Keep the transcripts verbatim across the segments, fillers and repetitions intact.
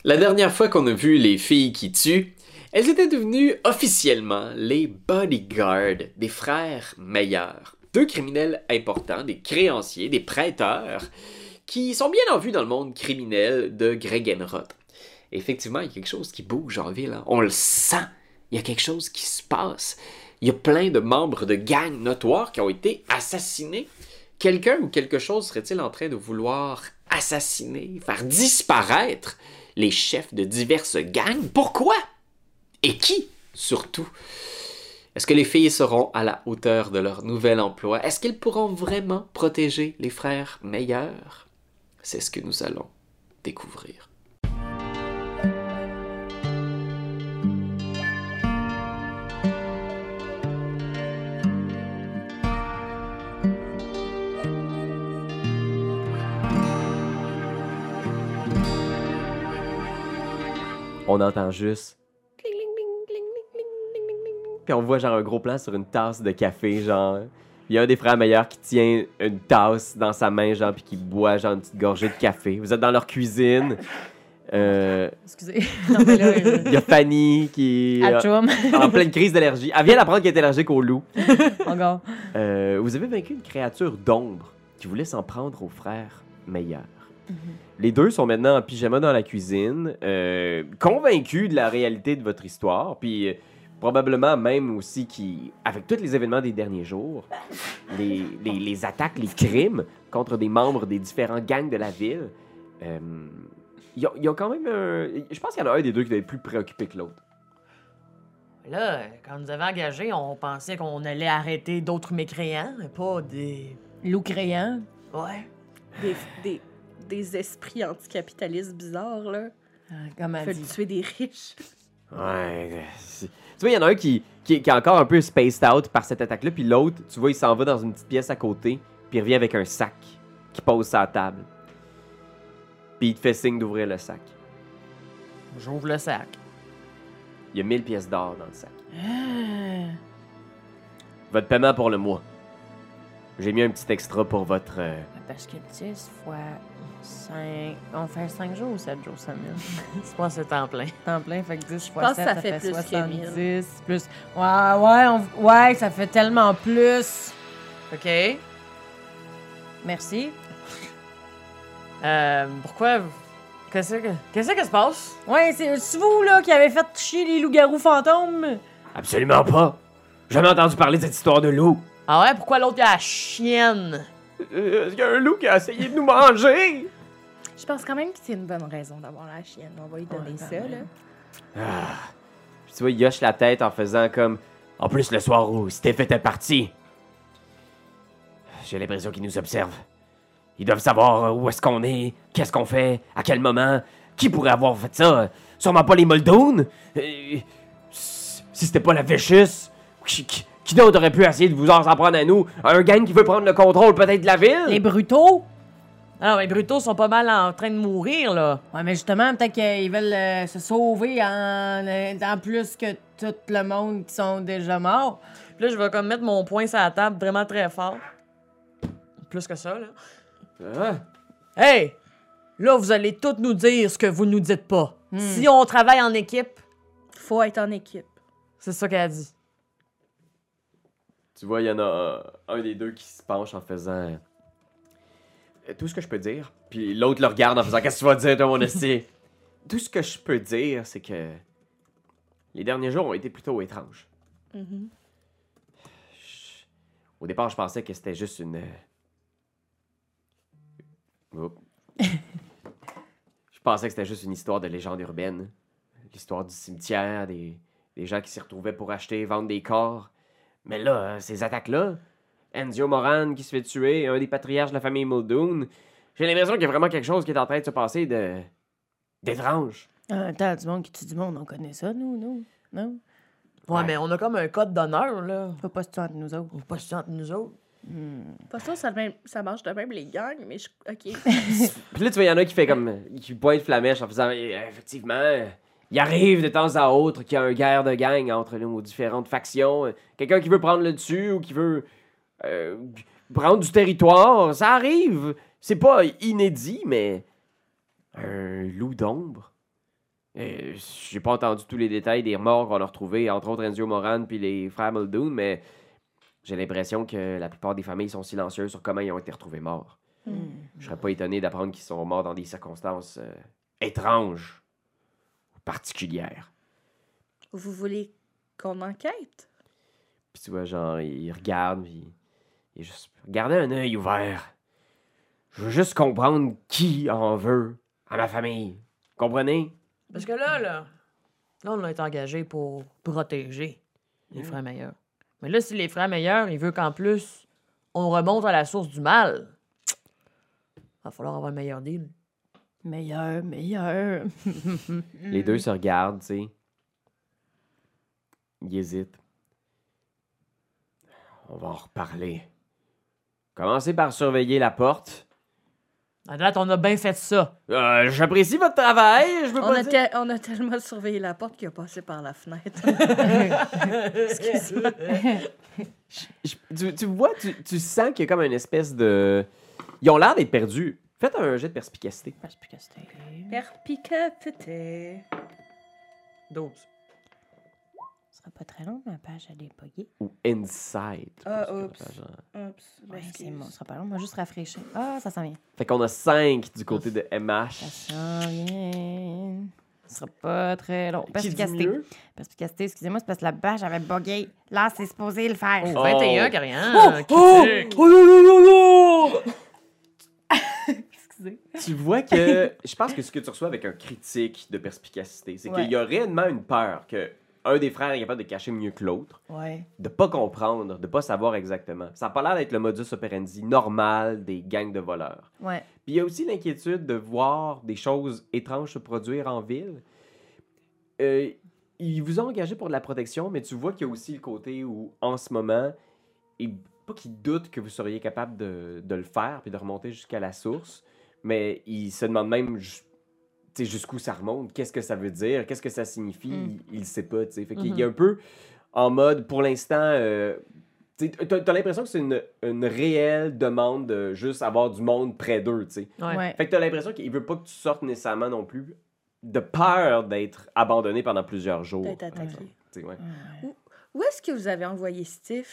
La dernière fois qu'on a vu les filles qui tuent, elles étaient devenues officiellement les bodyguards des frères Meilleurs. Deux criminels importants, des créanciers, des prêteurs, qui sont bien en vue dans le monde criminel de Gregenroth. Effectivement, il y a quelque chose qui bouge en ville. Hein. On le sent. Il y a quelque chose qui se passe. Il y a plein de membres de gangs notoires qui ont été assassinés. Quelqu'un ou quelque chose serait-il en train de vouloir assassiner, faire disparaître les chefs de diverses gangs? Pourquoi? Et qui, surtout? Est-ce que les filles seront à la hauteur de leur nouvel emploi? Est-ce qu'elles pourront vraiment protéger les frères Meilleurs? C'est ce que nous allons découvrir. On entend juste... Puis on voit genre un gros plan sur une tasse de café, genre... Il y a un des frères Meilleurs qui tient une tasse dans sa main, genre, puis qui boit genre une petite gorgée de café. Vous êtes dans leur cuisine. Euh... Excusez. Non, mais là, Il y a Fanny qui est Atchoum. en pleine crise d'allergie. Elle vient d'apprendre qu'elle est allergique au loup. Encore. Euh, vous avez vaincu une créature d'ombre qui voulait s'en prendre aux frères Meilleurs. Mm-hmm. Les deux sont maintenant en pyjama dans la cuisine, euh, convaincus de la réalité de votre histoire, puis euh, probablement même aussi qui, avec tous les événements des derniers jours, les, les, les attaques, les crimes contre des membres des différents gangs de la ville, euh, il y, y a quand même un... Je pense qu'il y en a un des deux qui va être plus préoccupé que l'autre. Là, quand nous avait engagés, on pensait qu'on allait arrêter d'autres mécréants, mais pas des... Loup créant. Ouais. Des, des, des esprits anticapitalistes bizarres, là. Ah, comme elle Veulent dit. tuer des riches. Ouais. c'est- Tu vois, il y en a un qui, qui, qui est encore un peu spaced out par cette attaque-là, puis l'autre, tu vois, il s'en va dans une petite pièce à côté, puis il revient avec un sac qui pose sur la table. Puis il te fait signe d'ouvrir le sac. J'ouvre le sac. Il y a mille pièces d'or dans le sac. Ah. Votre paiement pour le mois. J'ai mis un petit extra pour votre... euh, Parce que dix fois cinq... On fait cinq jours ou sept jours, ça mille? C'est pas c'est temps plein. Temps plein, fait que dix Je fois pense sept, que ça ça fait fait plus que soixante-dix. Plus... Ouais, ouais, on... ouais, ça fait tellement plus. OK. Merci. Euh, pourquoi... Qu'est-ce que... Qu'est-ce que se passe? Ouais, c'est c'est vous, là, qui avez fait chier les loups-garous fantômes? Absolument pas. J'ai jamais entendu parler de cette histoire de loup. Ah ouais, pourquoi l'autre, il a la chienne? Euh, Est-ce qu'il y a un loup qui a essayé de nous manger? Je pense quand même que c'est une bonne raison d'avoir la chienne. On va lui donner Ouais, ça, quand là. même. Ah. Puis tu vois, il hoche la tête en faisant comme... En plus, le soir où Steph était parti, j'ai l'impression qu'ils nous observent. Ils doivent savoir où est-ce qu'on est, qu'est-ce qu'on fait, à quel moment, qui pourrait avoir fait ça. Sûrement pas les Muldoon. Euh, si c'était pas la Vicious, qui, qui, qui d'autre aurait pu essayer de vous en s'en prendre à nous? Un gang qui veut prendre le contrôle peut-être de la ville? Les brutaux? Ah, les brutaux sont pas mal en train de mourir, là. Ouais, mais justement, peut-être qu'ils veulent euh, se sauver en, euh, en plus que tout le monde qui sont déjà morts. Puis là, je vais comme mettre mon poing sur la table vraiment très fort. Plus que ça, là. Ah. Hey! Là, vous allez tous nous dire ce que vous nous dites pas. Hmm. Si on travaille en équipe, Faut être en équipe. c'est ça qu'elle a dit. Tu vois, il y en a un, un des deux qui se penche en faisant... euh, Tout ce que je peux dire. Puis l'autre le regarde en faisant « Qu'est-ce que tu vas dire, toi, mon esti? » Tout ce que je peux dire, c'est que... Les derniers jours ont été plutôt étranges. Mhm. Je- Au départ, je pensais que c'était juste une... Oups. Je pensais que c'était juste une histoire de légende urbaine. L'histoire du cimetière, des, des gens qui s'y retrouvaient pour acheter et vendre des corps. Mais là, euh, ces attaques-là, Enzio Moran qui se fait tuer, un des patriarches de la famille Muldoon, j'ai l'impression qu'il y a vraiment quelque chose qui est en train de se passer de... d'étrange. Ah, attends, du monde qui tue du monde, on connaît ça, nous, nous? Non? Ouais, Ouais. mais on a comme un code d'honneur, là. Faut pas se tuer entre nous autres. On pas se entre nous autres. Pas sûr, ça, le même- ça marche de même les gangs, mais je... OK. Puis là, tu vois, il y en a qui fait comme... qui pointe Flamèche en faisant... Eh, effectivement, euh, il arrive de temps à autre qu'il y a une guerre de gang entre nos différentes factions. Quelqu'un qui veut prendre le dessus ou qui veut euh, prendre du territoire. Ça arrive. C'est pas inédit, mais... Un loup d'ombre Euh, J'ai pas entendu tous les détails des morts qu'on a retrouvés, entre autres Enzio Moran puis les frères Muldoon, mais j'ai l'impression que la plupart des familles sont silencieuses sur comment ils ont été retrouvés morts. Je serais pas étonné d'apprendre qu'ils sont morts dans des circonstances euh, étranges ou particulières. Vous voulez qu'on enquête? Puis tu vois, genre, il regarde, puis il est juste... Gardez un œil ouvert. Je veux juste comprendre qui en veut à ma famille. Comprenez? Parce que là, là, là, on a été engagé pour protéger les frères meilleurs. Mais là, si les frères meilleurs, ils veulent qu'en plus, on remonte à la source du mal, va falloir avoir le meilleur deal. Meilleur, meilleur. Les deux se regardent, tu sais. Ils hésitent. On va en reparler. Commencez par surveiller la porte. À date, on a bien fait ça. Euh, J'apprécie votre travail, je veux On pas a, dire... te- on a tellement surveillé la porte qu'il a passé par la fenêtre. Je- Tu, tu vois, tu, tu sens qu'il y a comme une espèce de... Ils ont l'air d'être perdus. Faites un jet de perspicacité. Perspicacité. Perpicacité. douze. Ce sera pas très long, ma page, elle est buggée. Ou insight. Ah, Parce que la oups. page en- Oups. Ouais, excuse. c'est bon, ce sera pas long, on va juste rafraîchir. Ah, ça s'en vient. Fait qu'on a cinq du côté de M Ça H. s'en vient. Ce sera pas très long. Qui dit Perspicacité. mieux? Perspicacité, excusez-moi, c'est parce que la page avait buggé. Là, c'est supposé le faire. Oh, Oh. vingt et un, Carian. Oh! critique. Oh non, non, non, non! Excusez. Tu vois que... Je pense que ce que tu reçois avec un critique de perspicacité, c'est Ouais. qu'il y a réellement une peur que un des frères est capable de cacher mieux que l'autre, Ouais. de pas comprendre, de pas savoir exactement. Ça a pas l'air d'être le modus operandi normal des gangs de voleurs. Ouais. Puis il y a aussi l'inquiétude de voir des choses étranges se produire en ville. Euh, ils vous ont engagé pour de la protection, mais tu vois qu'il y a aussi le côté où, en ce moment, et pas qu'ils doutent que vous seriez capable de, de le faire puis de remonter jusqu'à la source, mais ils se demandent même ju- tu sais, jusqu'où ça remonte, qu'est-ce que ça veut dire, qu'est-ce que ça signifie, Mm. il, il sait pas. tu sais. Fait qu'il y a un peu en mode, pour l'instant, euh, tu sais, t'as t'as l'impression que c'est une, une réelle demande de juste avoir du monde près d'eux. tu sais. Ouais. Ouais. Fait que t'as l'impression qu'il veut pas que tu sortes nécessairement non plus, de peur d'être abandonné pendant plusieurs jours. D'être attaqué. Tu sais, ouais. Où est-ce que vous avez envoyé Steve?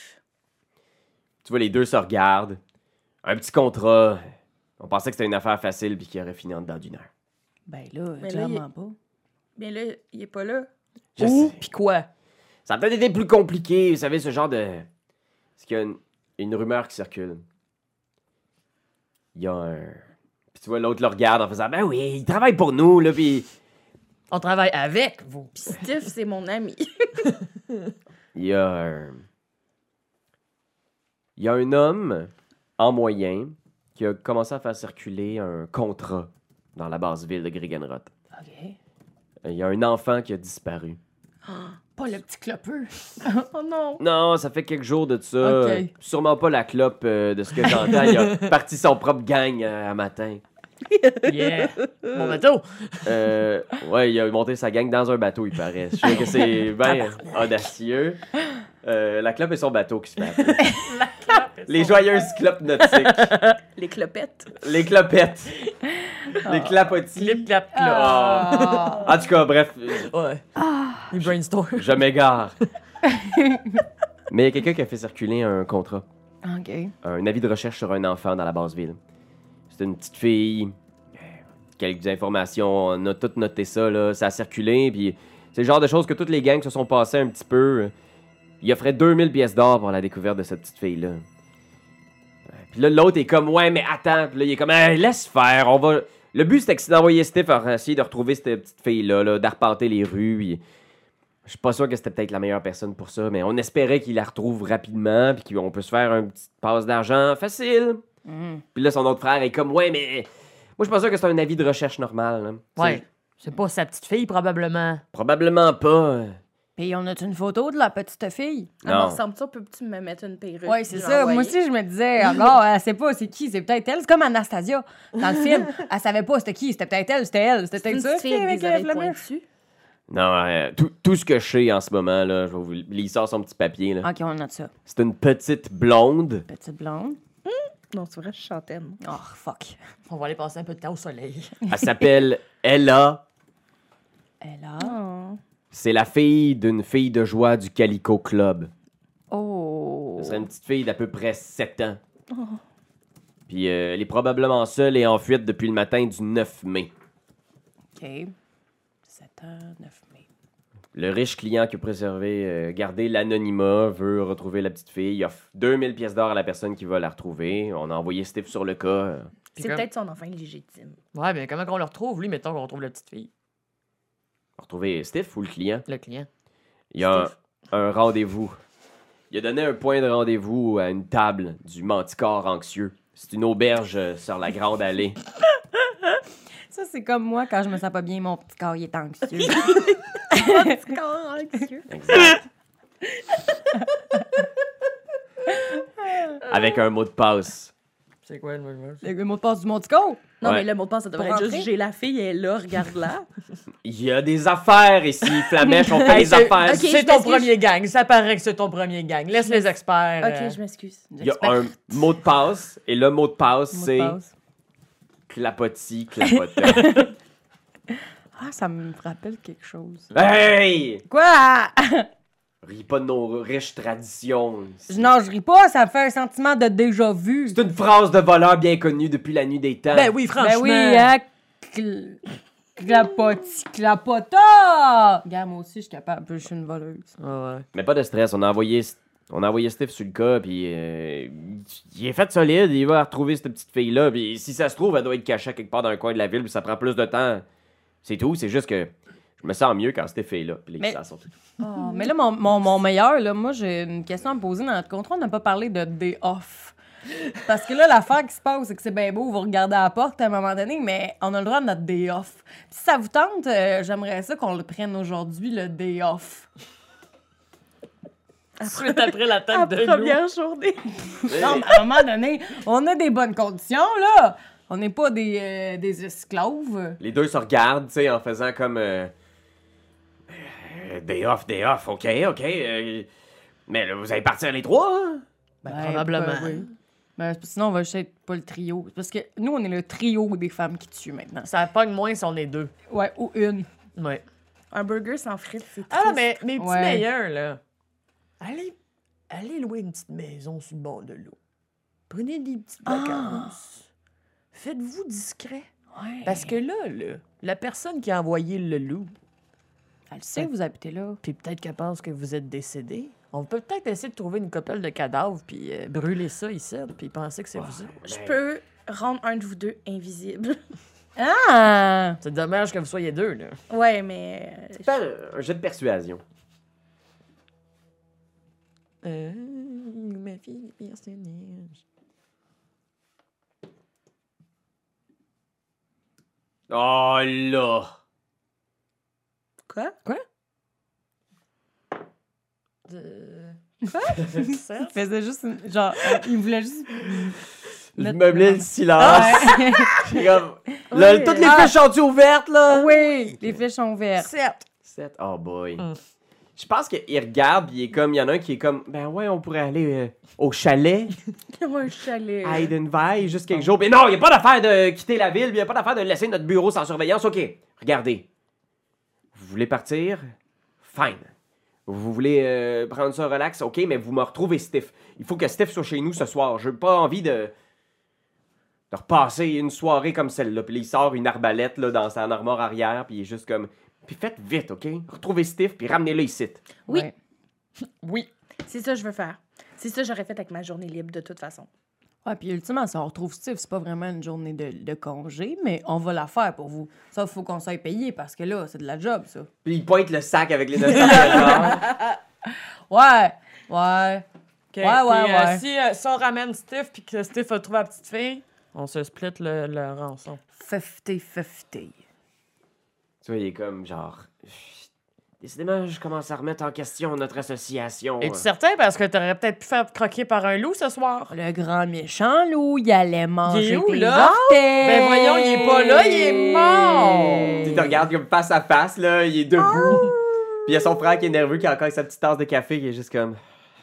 Tu vois, les deux se regardent. Un petit contrat. On pensait que c'était une affaire facile puis qu'il aurait fini en dedans d'une heure. Ben là, Mais là, clairement pas. Bien là, il est pas là. Je Ou, sais. pis quoi? Ça a peut-être été plus compliqué, vous savez, ce genre de... Est-ce qu'il y a une, une rumeur qui circule? Il y a un... Puis tu vois, l'autre le regarde en faisant « Ben oui, il travaille pour nous, là, puis... On travaille avec vous. Puis Steve, c'est mon ami. Il y a un... Il y a un homme, en moyen, qui a commencé à faire circuler un contrat dans la basse ville de Gregenroth. OK. Il y a un enfant qui a disparu. Pas le petit clopeux. Oh non! Non, ça fait quelques jours de ça. Ok. Sûrement pas la clope euh, de ce que j'entends. Il a parti son propre gang euh, à matin. Yeah. Mon bateau. Euh, ouais, il a monté sa gang dans un bateau, il paraît. Je sais que c'est bien audacieux. Euh, la clope et son bateau qui se fait appeler. Les joyeuses clopes nautiques. Les clopettes. Les clopettes. Les clapotis. Clip, clap, clap. Ah. En tout cas, bref, Ouais. Il brainstorm. je m'égare. Mais il y a quelqu'un qui a fait circuler un contrat. OK. Un avis de recherche sur un enfant dans la basse ville. C'est une petite fille. Quelques informations, on a tout noté ça, là. Ça a circulé, puis c'est le genre de choses que toutes les gangs se sont passées un petit peu. Il offrait deux mille pièces d'or pour la découverte de cette petite fille-là. Puis là, l'autre est comme, ouais, mais attends. Puis là, il est comme, hey, laisse faire, on va... Le but, c'était d'envoyer Steve à essayer de retrouver cette petite fille-là, là, d'arpenter les rues. Puis... Je suis pas sûr que c'était peut-être la meilleure personne pour ça, mais on espérait qu'il la retrouve rapidement, puis qu'on peut se faire un petit passe d'argent facile. Mm. Puis là, son autre frère est comme, ouais, mais moi, je suis pas sûr que c'est un avis de recherche normal. hein. Ouais. C'est- C'est pas sa petite fille, probablement. Probablement pas. Puis on a une photo de la petite fille? Ah, Non. me ressemble ça, peux-tu me mettre une perruque? Ouais, c'est puis ça. l'envoyer? Moi aussi, je me disais, alors, elle sait pas c'est qui, c'est peut-être elle. C'est comme Anastasia dans le film. Elle savait pas c'était qui, c'était peut-être elle, c'était elle. C'était C'est une peut-être ça. petite fille avec des euh, oreilles Flammer. pointues. Non, euh, tout, tout ce que je sais en ce moment, là, je vais vous... Il sort son petit papier, là. OK, on note ça. C'est une petite blonde. Petite blonde. Non, c'est vrai, je chantais, moi. Oh, fuck. On va aller passer un peu de temps au soleil. Elle s'appelle Ella Elle est là. Oh. C'est la fille d'une fille de joie du Calico Club. Oh. Ce serait une petite fille d'à peu près sept ans. Puis euh, elle est probablement seule et en fuite depuis le matin du neuf mai. OK. sept ans, neuf mai. Le riche client qui a préservé, euh, gardé l'anonymat, veut retrouver la petite fille. Il offre deux mille pièces d'or à la personne qui va la retrouver. On a envoyé Steve sur le cas. euh. Puis C'est comme- peut-être son enfant légitime. Ouais, mais comment qu'on le retrouve, lui, mettons qu'on retrouve la petite fille, On va retrouver Steve ou le client. le client. Il y a un, Steve. un rendez-vous. Il a donné un point de rendez-vous à une table du Manticore anxieux. C'est une auberge euh, sur la Grande Allée. Ça, c'est comme moi quand je me sens pas bien, mon petit corps il est anxieux. Petit corps anxieux. Exact. Avec un mot de passe. C'est quoi le mot? Le mot de passe du mon petit corps. Non, Ouais. mais le mot de passe, ça devrait Pour être juste rentrer? j'ai la fille, elle est là, regarde-la. Il y a des affaires ici, Flamèche, on fait Hey, des c'est- affaires. ok, C'est je ton m'excuse. premier gang. Ça paraît que c'est ton premier gang. Laisse les experts. Ok, euh, je m'excuse. Il y a un mot de passe, et le mot de passe, Mot de c'est passe. clapotis, clapotin. Ah, ça me rappelle quelque chose. Hey! Quoi? Ris pas de nos riches traditions. Non, je ris pas, ça me fait un sentiment de déjà vu. C'est une phrase de voleur bien connue depuis la nuit des temps. Ben oui, franchement. Ben oui, hein? Cl- Clapoti, clapota! Regarde, moi aussi, je suis capable. Je suis une voleuse. Ah ouais. Mais pas de stress, on a envoyé, on a envoyé Steve sur le cas, puis euh, il est fait solide, il va retrouver cette petite fille-là, puis si ça se trouve, elle doit être cachée quelque part dans un coin de la ville, puis ça prend plus de temps. C'est tout, c'est juste que je me sens mieux quand Steve est là, puis les Mais- ça sort tout. Oh, mais là, mon, mon, mon meilleur, là, moi, j'ai une question à me poser dans notre contrat. On n'a pas parlé de day off. Parce que là, l'affaire qui se passe, c'est que c'est bien beau, vous regardez à la porte à un moment donné, mais on a le droit de notre day off. Puis si ça vous tente, euh, j'aimerais ça qu'on le prenne aujourd'hui, le day off. Suite après la La tête de loup. première journée. Non, mais à un moment donné, on a des bonnes conditions, là. On n'est pas des, euh, des esclaves. Les deux se regardent, tu sais, en faisant comme... Euh, euh, day off, day off, ok, ok. euh, mais là, vous allez partir les trois, hein? Ben, Ouais, probablement. ben oui. Ben, c'est parce que sinon, on va juste être pas le trio. Parce que nous, on est le trio des femmes qui tuent maintenant. Ça pogne moins si on est deux. Ouais, ou une. Ouais. Un burger sans frites, c'est Ah non, triste. mais mes petits Ouais. meilleurs, là. Allez, allez louer une petite maison sur le bord de l'eau. Prenez des petites vacances. Faites-vous discret. Ouais. Parce que là, là, la personne qui a envoyé le loup, Elle sait que vous habitez là. puis peut-être qu'elle pense que vous êtes décédé, on peut peut-être essayer de trouver une couple de cadavres, puis euh, brûler ça ici, puis penser que c'est vous. Je peux rendre un de vous deux invisible. Ah! C'est dommage que vous soyez deux, là. Ouais, mais... euh, Fais un, un jeu de persuasion. Euh, ma fille est personnage. Oh là! Quoi? Euh... Il faisait juste une- genre euh, il voulait juste Je mettre- meublais le silence. Ouais. C'est comme... Là, Ouais. toutes les Ah. fiches sont ouvertes, là? Oui, les fiches sont ouvertes. Certes. Sept. Oh boy. Mm. Je pense qu'il regarde, puis il est comme, il y en a un qui est comme, ben ouais, on pourrait aller euh, au chalet, Un chalet. à Edenville, juste quelques jours. Mais non, il n'y a pas d'affaire de quitter la ville, il n'y a pas d'affaire de laisser notre bureau sans surveillance. OK, regardez. Vous voulez partir? Fine. Vous voulez euh, prendre ça relax? OK, mais vous me retrouvez Steve. Il faut que Steve soit chez nous ce soir. J'ai pas envie de... de repasser une soirée comme celle-là. Puis là, il sort une arbalète là, dans sa armoire arrière, puis il est juste comme... Puis faites vite, OK? Retrouvez Steve, puis ramenez-le ici. Oui. Ouais. Oui. C'est ça que je veux faire. C'est ça que j'aurais fait avec ma journée libre, de toute façon. Ouais, puis ultimement, si on retrouve Steve, c'est pas vraiment une journée de, de congé, mais on va la faire pour vous. Ça, il faut qu'on soit payé parce que là, c'est de la job, ça. Puis il pointe le sac avec les neuf cents dollars. Ouais, ouais. OK. Ouais, ouais, Puis, euh, ouais. si, euh, si on ramène Steve puis que Steve a trouvé la petite fille, on se split le, le rançon. Fifty fifty. Tu vois, il est comme genre... Décidément, je commence à remettre en question notre association. Es-tu certain? Parce que t'aurais peut-être pu faire croquer par un loup ce soir. Le grand méchant loup, il allait manger Il est où, tes là? orteils. Ben voyons, il est pas là, il est mort! Tu te regardes comme face à face, là, il est debout. Puis il y a son frère qui est nerveux, qui a encore sa petite tasse de café, qui est juste comme...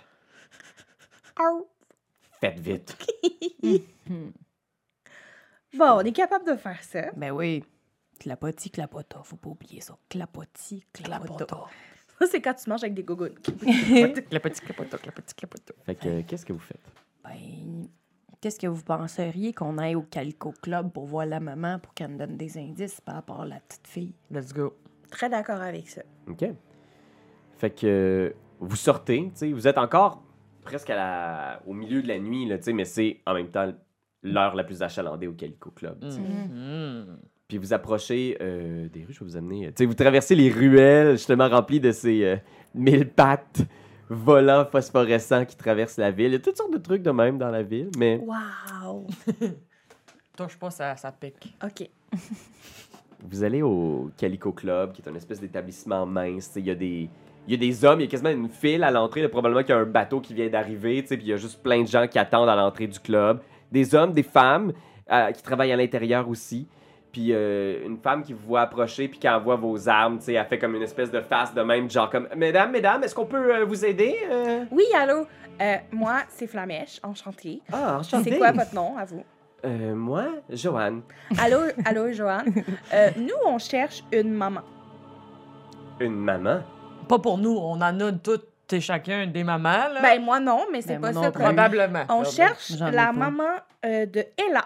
Faites vite. Bon, on est capable de faire ça. Ben oui. Clapotis, clapota. Faut pas oublier ça. Clapotis, clapota. Ça, c'est quand tu manges avec des gougounes. La petite clapote, la petite clapote. Fait que, euh, qu'est-ce que vous faites? Ben, qu'est-ce que vous penseriez qu'on aille au Calico Club pour voir la maman pour qu'elle nous donne des indices par rapport à la petite fille? Let's go. Très d'accord avec ça. OK. Fait que euh, vous sortez, tu sais, vous êtes encore presque à la, au milieu de la nuit, là, tu sais, mais c'est en même temps l'heure la plus achalandée au Calico Club. tu sais. Mm. Puis vous approchez euh, des rues, je vais vous amener. Tu sais, vous traversez les ruelles justement remplies de ces euh, mille pattes volants phosphorescents qui traversent la ville. Il y a toutes sortes de trucs de même dans la ville, mais Wow! Touche pas, ça, ça pique. OK. vous allez au Calico Club, qui est une espèce d'établissement mince. Tu sais, il y a des il y a des hommes, il y a quasiment une file à l'entrée. Là, probablement qu'il y a un bateau qui vient d'arriver, tu sais, puis il y a juste plein de gens qui attendent à l'entrée du club. Des hommes, des femmes euh, qui travaillent à l'intérieur aussi. Puis euh, une femme qui vous voit approcher, puis qui envoie vos armes, tu sais, elle fait comme une espèce de face de même, genre comme « Mesdames, mesdames, est-ce qu'on peut euh, vous aider? Euh... Oui, allô? Euh, moi, c'est Flamèche, enchantée. Ah, enchanté! C'est quoi votre nom, à vous? Euh, moi, Joanne. Allô, allô, Joanne. Euh, nous, on cherche une maman. Une maman? Pas pour nous, on en a toutes et chacun des mamans, là. Ben, moi, non, mais c'est Ben, pas moi ça. non plus. Probablement. On cherche J'en ai la pas. maman euh, de Ella.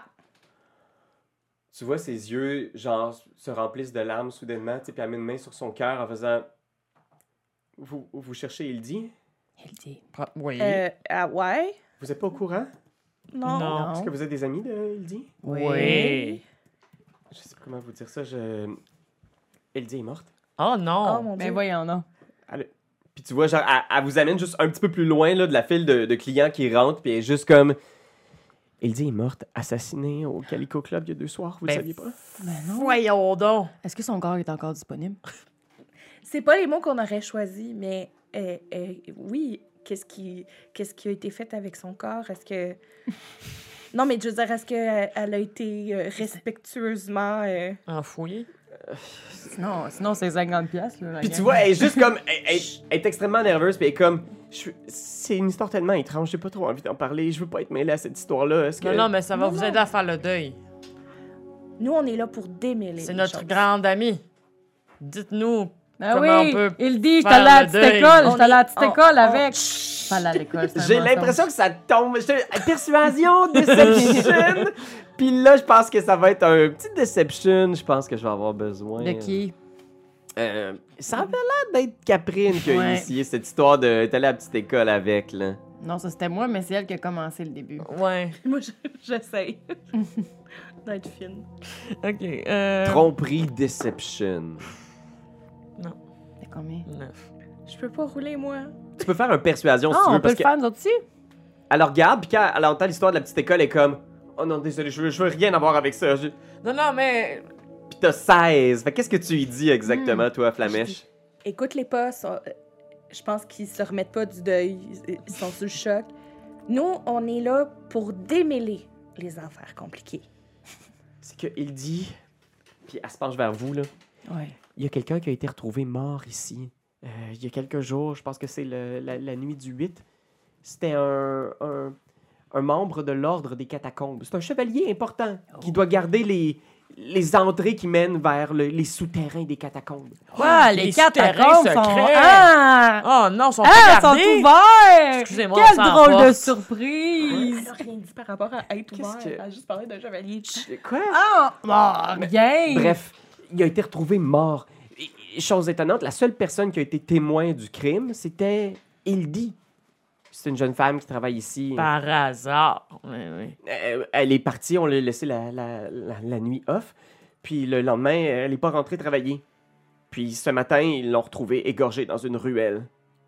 Tu vois ses yeux, genre, se remplissent de larmes soudainement, tu sais, puis elle met une main sur son cœur en faisant « Vous, vous cherchez Hildy? Elle dit. Pro- Oui. Euh, ah ouais? Vous êtes pas au courant? Non. Non. Est-ce que vous êtes des amis de Hildy? Oui. Je sais pas comment vous dire ça, je... Hildy est morte. Oh Oh, non. mon Dieu. Ben voyons, non. Elle- Puis tu vois, genre, elle, elle vous amène juste un petit peu plus loin là, de la file de, de clients qui rentrent, puis elle est juste comme... Hildy est morte, assassinée au Calico Club il y a deux soirs, vous Ben, le saviez pas? Ben non. Voyons donc. Est-ce que son corps est encore disponible? C'est pas les mots qu'on aurait choisis, mais euh, euh, oui, qu'est-ce qui, qu'est-ce qui a été fait avec son corps? Est-ce que... Non, mais je veux dire, est-ce qu'elle elle a été euh, respectueusement... euh, Enfoui. Sinon, sinon c'est cinquante piastres. Là, la Puis gang. tu vois, elle est juste comme... Elle, elle- elle est extrêmement nerveuse, puis elle est comme... je- C'est une histoire tellement étrange, j'ai pas trop envie d'en parler, je veux pas être mêlée à cette histoire-là, est-ce que... Non, non, mais ça va Non, vous non. aider à faire le deuil. Nous, on est là pour démêler C'est les notre choses. grande amie. Dites-nous. Ah Comment oui, on peut il dit, je faire t'allais à la le petite deuil? école, je On t'allais à la est- petite on- école on- avec. Je t'allais à l'école, c'est un J'ai mensonge. l'impression que ça tombe. Je- Persuasion, deception. Puis là, je pense que ça va être un petit deception. Je pense que je vais avoir besoin. De qui? Euh, ça avait l'air d'être Caprine qui a Ouais. initié cette histoire de t'aller à la petite école avec, là. Non, ça c'était moi, mais c'est elle qui a commencé le début. Ouais. Moi, je- j'essaye d'être fine. OK. Euh... Tromperie, deception. C'est combien? Neuf. Je peux pas rouler, moi. Tu peux faire un persuasion si Ah, tu veux, on peut parce le que faire nous autres aussi? elle regarde, puis quand elle entend l'histoire de la petite école, elle est comme oh non, désolé, je veux, je veux rien avoir avec ça. Je- Non, non, mais... Puis t'as seize. Fait qu'est-ce que tu lui dis exactement, toi, Flamèche? Écoute-les pas. sont- euh, Je pense qu'ils se remettent pas du deuil. Ils ils sont sous le choc. Nous, on est là pour démêler les affaires compliquées. C'est que il dit, puis elle se penche vers vous, là. Ouais. Il y a quelqu'un qui a été retrouvé mort ici. Euh, il y a quelques jours, je pense que c'est le- la, la nuit du huit. C'était un, un, un membre de l'ordre des catacombes. C'est un chevalier important qui doit garder les, les entrées qui mènent vers le- les souterrains des catacombes. Ouais, les les catacombes souterrains sont... secrets. Ah! Oh non, ils sont Ah, pas sont gardés. ouverts! Excusez-moi, Quelle on s'en drôle de porte. surprise! Elle a rien dit par rapport à être Qu'est-ce ouvert. que- Elle a juste parlé d'un chevalier. Quoi? Ah! Bon, rien! Bref, il a été retrouvé mort. Et- et chose étonnante, la seule personne qui a été témoin du crime, c'était Hildy. C'est une jeune femme qui travaille ici. Par hasard. Oui, oui. Euh, elle est partie, on l'a laissé la, la, la, la nuit off. Puis le lendemain, elle n'est pas rentrée travailler. Puis ce matin, ils l'ont retrouvée égorgée dans une ruelle.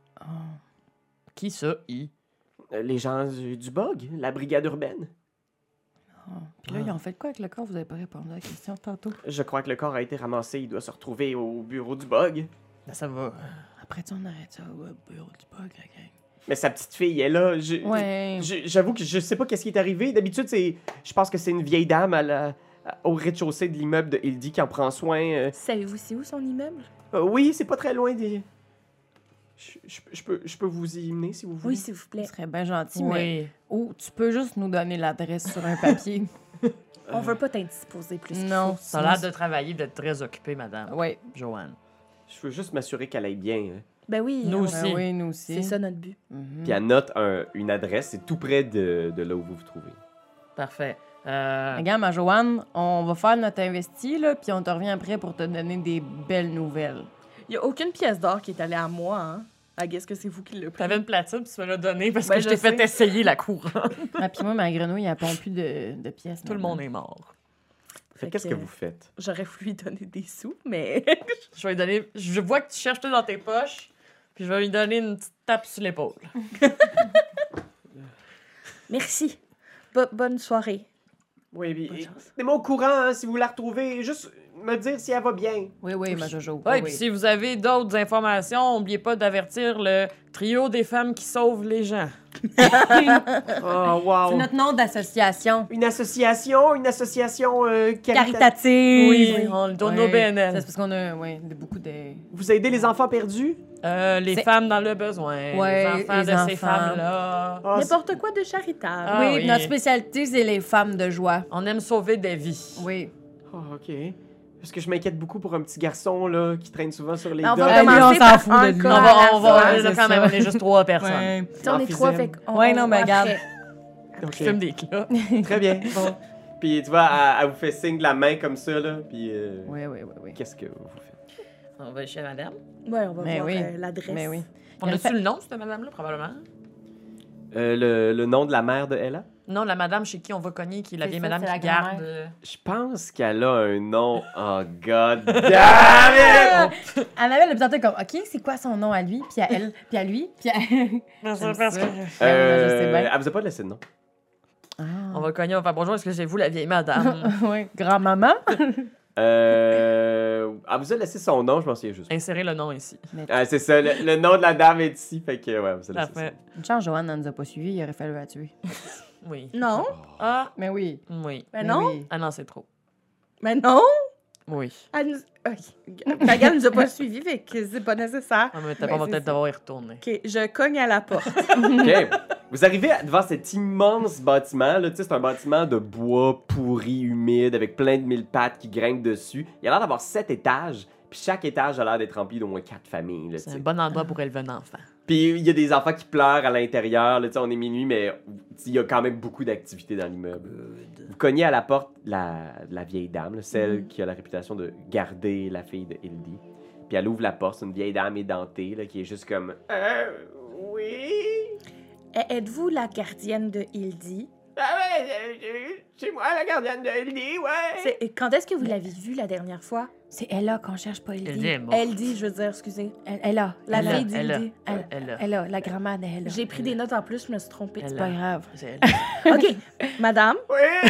Qui ça, I? Euh, Les gens du, du bug, la brigade urbaine. Puis là, ils ont fait quoi avec le corps? Vous avez pas répondu à la question tantôt. Je crois que le corps a été ramassé. Il doit se retrouver au bureau du bug. Ben, ça va. Après, tu on arrête ça au bureau du bug, la gang. Mais sa petite fille est là. Je- Ouais. je- J'avoue que je sais pas qu'est-ce qui est arrivé. D'habitude, c'est, je pense que c'est une vieille dame à la- à- au rez-de-chaussée de l'immeuble de Hildy qui en prend soin. euh. Savez-vous c'est où son immeuble? Euh, oui, c'est pas très loin des... Je, je- je peux, je peux vous y mener si vous voulez. Oui, s'il vous Ce plaît. serait bien gentil, mais... Oui. Ou tu peux juste nous donner l'adresse sur un papier. On veut pas t'indisposer plus qu'il Non. faut. Ça a l'air de travailler, d'être très occupé, madame. Oui. Joanne. Je veux juste m'assurer qu'elle aille bien. Hein. Ben oui, Nous on- aussi. Ben oui, nous aussi. c'est ça notre but. Mhm. Puis elle note un- une adresse, c'est tout près de, de là où vous vous trouvez. Parfait. Euh, Regarde, ma Joanne, on va faire notre investi, là, puis on te revient après pour te donner des belles nouvelles. Il y a aucune pièce d'or qui est allée à moi, hein. I guess que c'est vous qui l'avez pris. T'avais une platine, puis tu me l'as donnée parce Ben, que je t'ai je sais. fait essayer la couronne. Ah, puis moi, ma grenouille, elle pompe plus de, de pièces. Tout le monde est mort. Fait Fait qu'est-ce que- que vous faites? J'aurais voulu lui donner des sous, mais... Je vais lui donner. Je vois que tu cherches tout dans tes poches, puis je vais lui donner une petite tape sur l'épaule. Merci. Bo- bonne soirée. Oui, Bonne puis chance. tenez-moi au courant hein, si vous la retrouvez. Juste me dire si elle va bien. Oui, oui, ma Jojo. Ouais, puis si vous avez d'autres informations, n'oubliez pas d'avertir le trio des femmes qui sauvent les gens. Oh, wow. C'est notre nom d'association. Une association, une association euh, carita- Caritative. Oui, on le donne au B N L. C'est parce qu'on a ouais, de- beaucoup de... Vous aidez les enfants perdus? Euh, les C'est- femmes dans le besoin, Ouais, les enfants les de ces enfants. femmes-là. Ah, N'importe quoi de charitable. Ah oui, oui. notre spécialité, c'est les femmes de joie. On aime sauver des vies. Oui. c'est- oh, OK. Parce que je m'inquiète beaucoup pour un petit garçon là, qui traîne souvent sur les Ben, on docks. va lui, on commencer s'en par fout un de lui. cas On à va, la on va, fois. Ouais, là, c'est quand même, ça. on est juste trois personnes. Ouais. Si on est trois, fait qu'on... Ouais, non, mais après. regarde. OK. Je fume des clopes. Très bien. Bon. Puis tu vois, elle, elle vous fait signe de la main comme ça, là. Puis euh, Oui, oui, oui, oui. qu'est-ce que vous faites? On va chez madame. Ouais, on va Mais voir oui. euh, l'adresse. Mais oui. On Elle a-tu fait- le nom de cette madame-là, probablement? Euh, le, le nom de la mère de Ella? Non, la madame chez qui on va cogner, qui est la C'est vieille ça, madame c'est qui la garde... grand-mère. euh, Je pense qu'elle a un nom. Oh, god damn it! Annabelle a présenté comme, OK, c'est quoi son nom à lui, puis à elle, puis à lui, puis à... Parce J'aime parce ça. que... Euh, je sais bien. elle vous a pas laissé de nom. On va cogner, on va faire bonjour, est-ce que c'est vous la vieille madame? oui. Grand-maman? Euh, elle vous a laissé son nom, je m'en souviens juste. Insérez le nom ici. Ah, c'est ça, le, le nom de la dame est ici, fait que ouais, vous a laissé Parfait. Une chance, Joanne ne nous a pas suivis, il aurait fallu la tuer. Oui. Non, Ah, Mais oui. oui. mais Mais non, oui. Ah non, c'est trop. mais non. Oui. Elle nous... Ok. Pagan nous a pas suivis, fait que c'est pas nécessaire. Ah, mais t'as Ouais, pas, on va c'est peut-être ça. devoir y retourner. Ok, je cogne à la porte. OK. Vous arrivez à- devant cet immense bâtiment. Là, tu sais, c'est un bâtiment de bois pourri, humide, avec plein de mille pattes qui grimpent dessus. Il a l'air d'avoir sept étages. Puis chaque étage a l'air d'être rempli d'au moins quatre familles. Là, tu C'est sais. un bon endroit pour élever un enfant. Puis il y a des enfants qui pleurent à l'intérieur. Là, tu sais, on est minuit, mais il y a quand même beaucoup d'activités dans l'immeuble. Vous cognez à la porte la, la vieille dame, là, celle qui a la réputation de garder la fille de Hildy. Puis elle ouvre la porte, c'est une vieille dame édentée là, qui est juste comme euh, oui. Eh, Êtes-vous la gardienne de Hildy? Ah ouais, euh, c'est moi la gardienne de Hildy, ouais. C'est- Quand est-ce que vous l'avez vue la dernière fois? C'est Ella qu'on cherche, pas Elle Ellie. est morte. Hildy, je veux dire, excusez. Elle, Ella. La Elle a- fille elle a- d'Hildy. Elle, Elle a. elle a, la grand-mère d'Ella. J'ai pris des notes en plus, je me suis trompée. Elle C'est pas grave. C'est elle. OK, madame, Oui,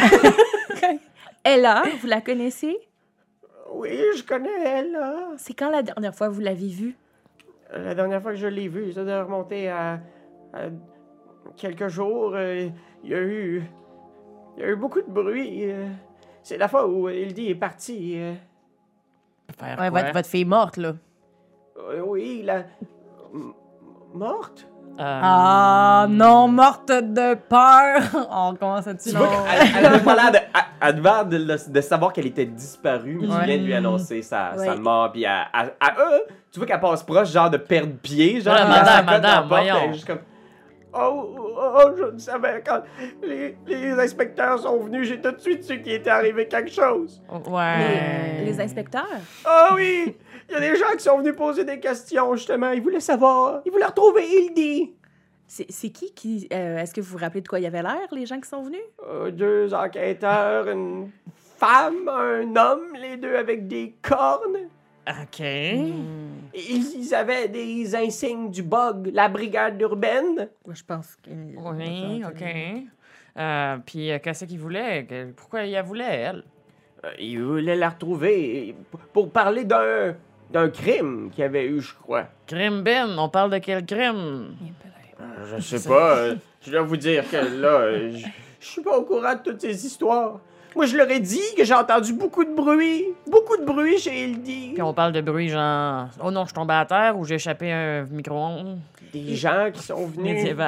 Ella, vous la connaissez? oui, je connais elle là. C'est quand la dernière fois que vous l'avez vue? La dernière fois que je l'ai vue, ça doit remonter à, à quelques jours. euh, Il y a eu, il y a eu beaucoup de bruit. euh. C'est la fois où Hildy est partie. euh. Faire Ouais, quoi? votre, votre fille morte, là. Euh, oui, la m- morte. Euh, Ah, non, morte de peur. On commence à-tu, Tu vois non? qu'elle elle avait pas l'air de, elle- elle devait avoir de, le- de savoir qu'elle était disparue, mais tu Ouais. viens de lui annoncer sa, sa Ouais. mort, puis elle, elle- elle- euh, tu vois qu'elle passe proche, genre de perdre pied, genre, Ouais, puis elle madame, s'accote dans la madame, porte, elle est voyons. juste comme, oh, oh, oh, je ne savais, quand les, les inspecteurs sont venus, j'ai tout de suite su qu'il était arrivé quelque chose. Ouais. Les, les inspecteurs? Ah oui, il y a des gens qui sont venus poser des questions, justement, ils voulaient savoir, ils voulaient retrouver Hildy. C'est c'est qui qui... euh, Est-ce que vous vous rappelez de quoi il avait l'air, les gens qui sont venus? Euh, deux enquêteurs, une femme, un homme, les deux avec des cornes. OK. Hmm. Ils, ils avaient des insignes du bug, la brigade urbaine. Ouais, je pense que... Oui, OK. Euh, Puis, euh, qu'est-ce qu'il voulait? Que- Pourquoi il la voulait, elle? Euh, ils voulaient la retrouver pour- pour parler d'un d'un crime qu'il y avait eu, je crois. Crime Ben, on parle de quel crime? Je sais pas. euh, je dois vous dire que là, euh, je je suis pas au courant de toutes ces histoires. Moi, je leur ai dit que j'ai entendu beaucoup de bruit. Beaucoup de bruit chez Hildy. Puis on parle de bruit genre... Oh non, je suis tombé à terre ou j'ai échappé un micro-ondes Des gens qui sont venus. médiéval.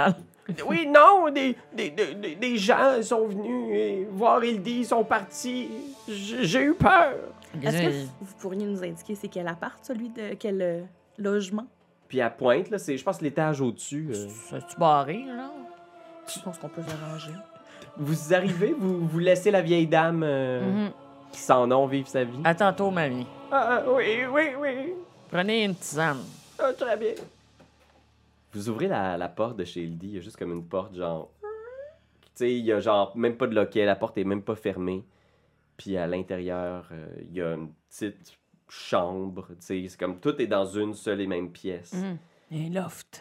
Oui, non, des, des, des, des gens sont venus et voir Hildy, ils sont partis. J'ai j'ai eu peur. Est-ce que vous- vous pourriez nous indiquer c'est quel appart, celui de quel euh, logement? Puis à pointe, là, c'est, je pense, l'étage au-dessus. euh. C'est-tu barré, là? Je pense qu'on peut s'arranger. Vous arrivez, vous, vous laissez la vieille dame euh, Mhm. qui sans nom vivre sa vie. À tantôt, mamie. Ah, oui, oui, oui. Prenez une tisane. Ah, très bien. Vous ouvrez la, la porte de chez Hildy, il y a juste comme une porte, genre... Tu sais, il y a genre même pas de loquet, la porte est même pas fermée. Puis à l'intérieur, euh, il y a une petite chambre, tu sais, c'est comme tout est dans une seule et même pièce. Mhm. Un loft.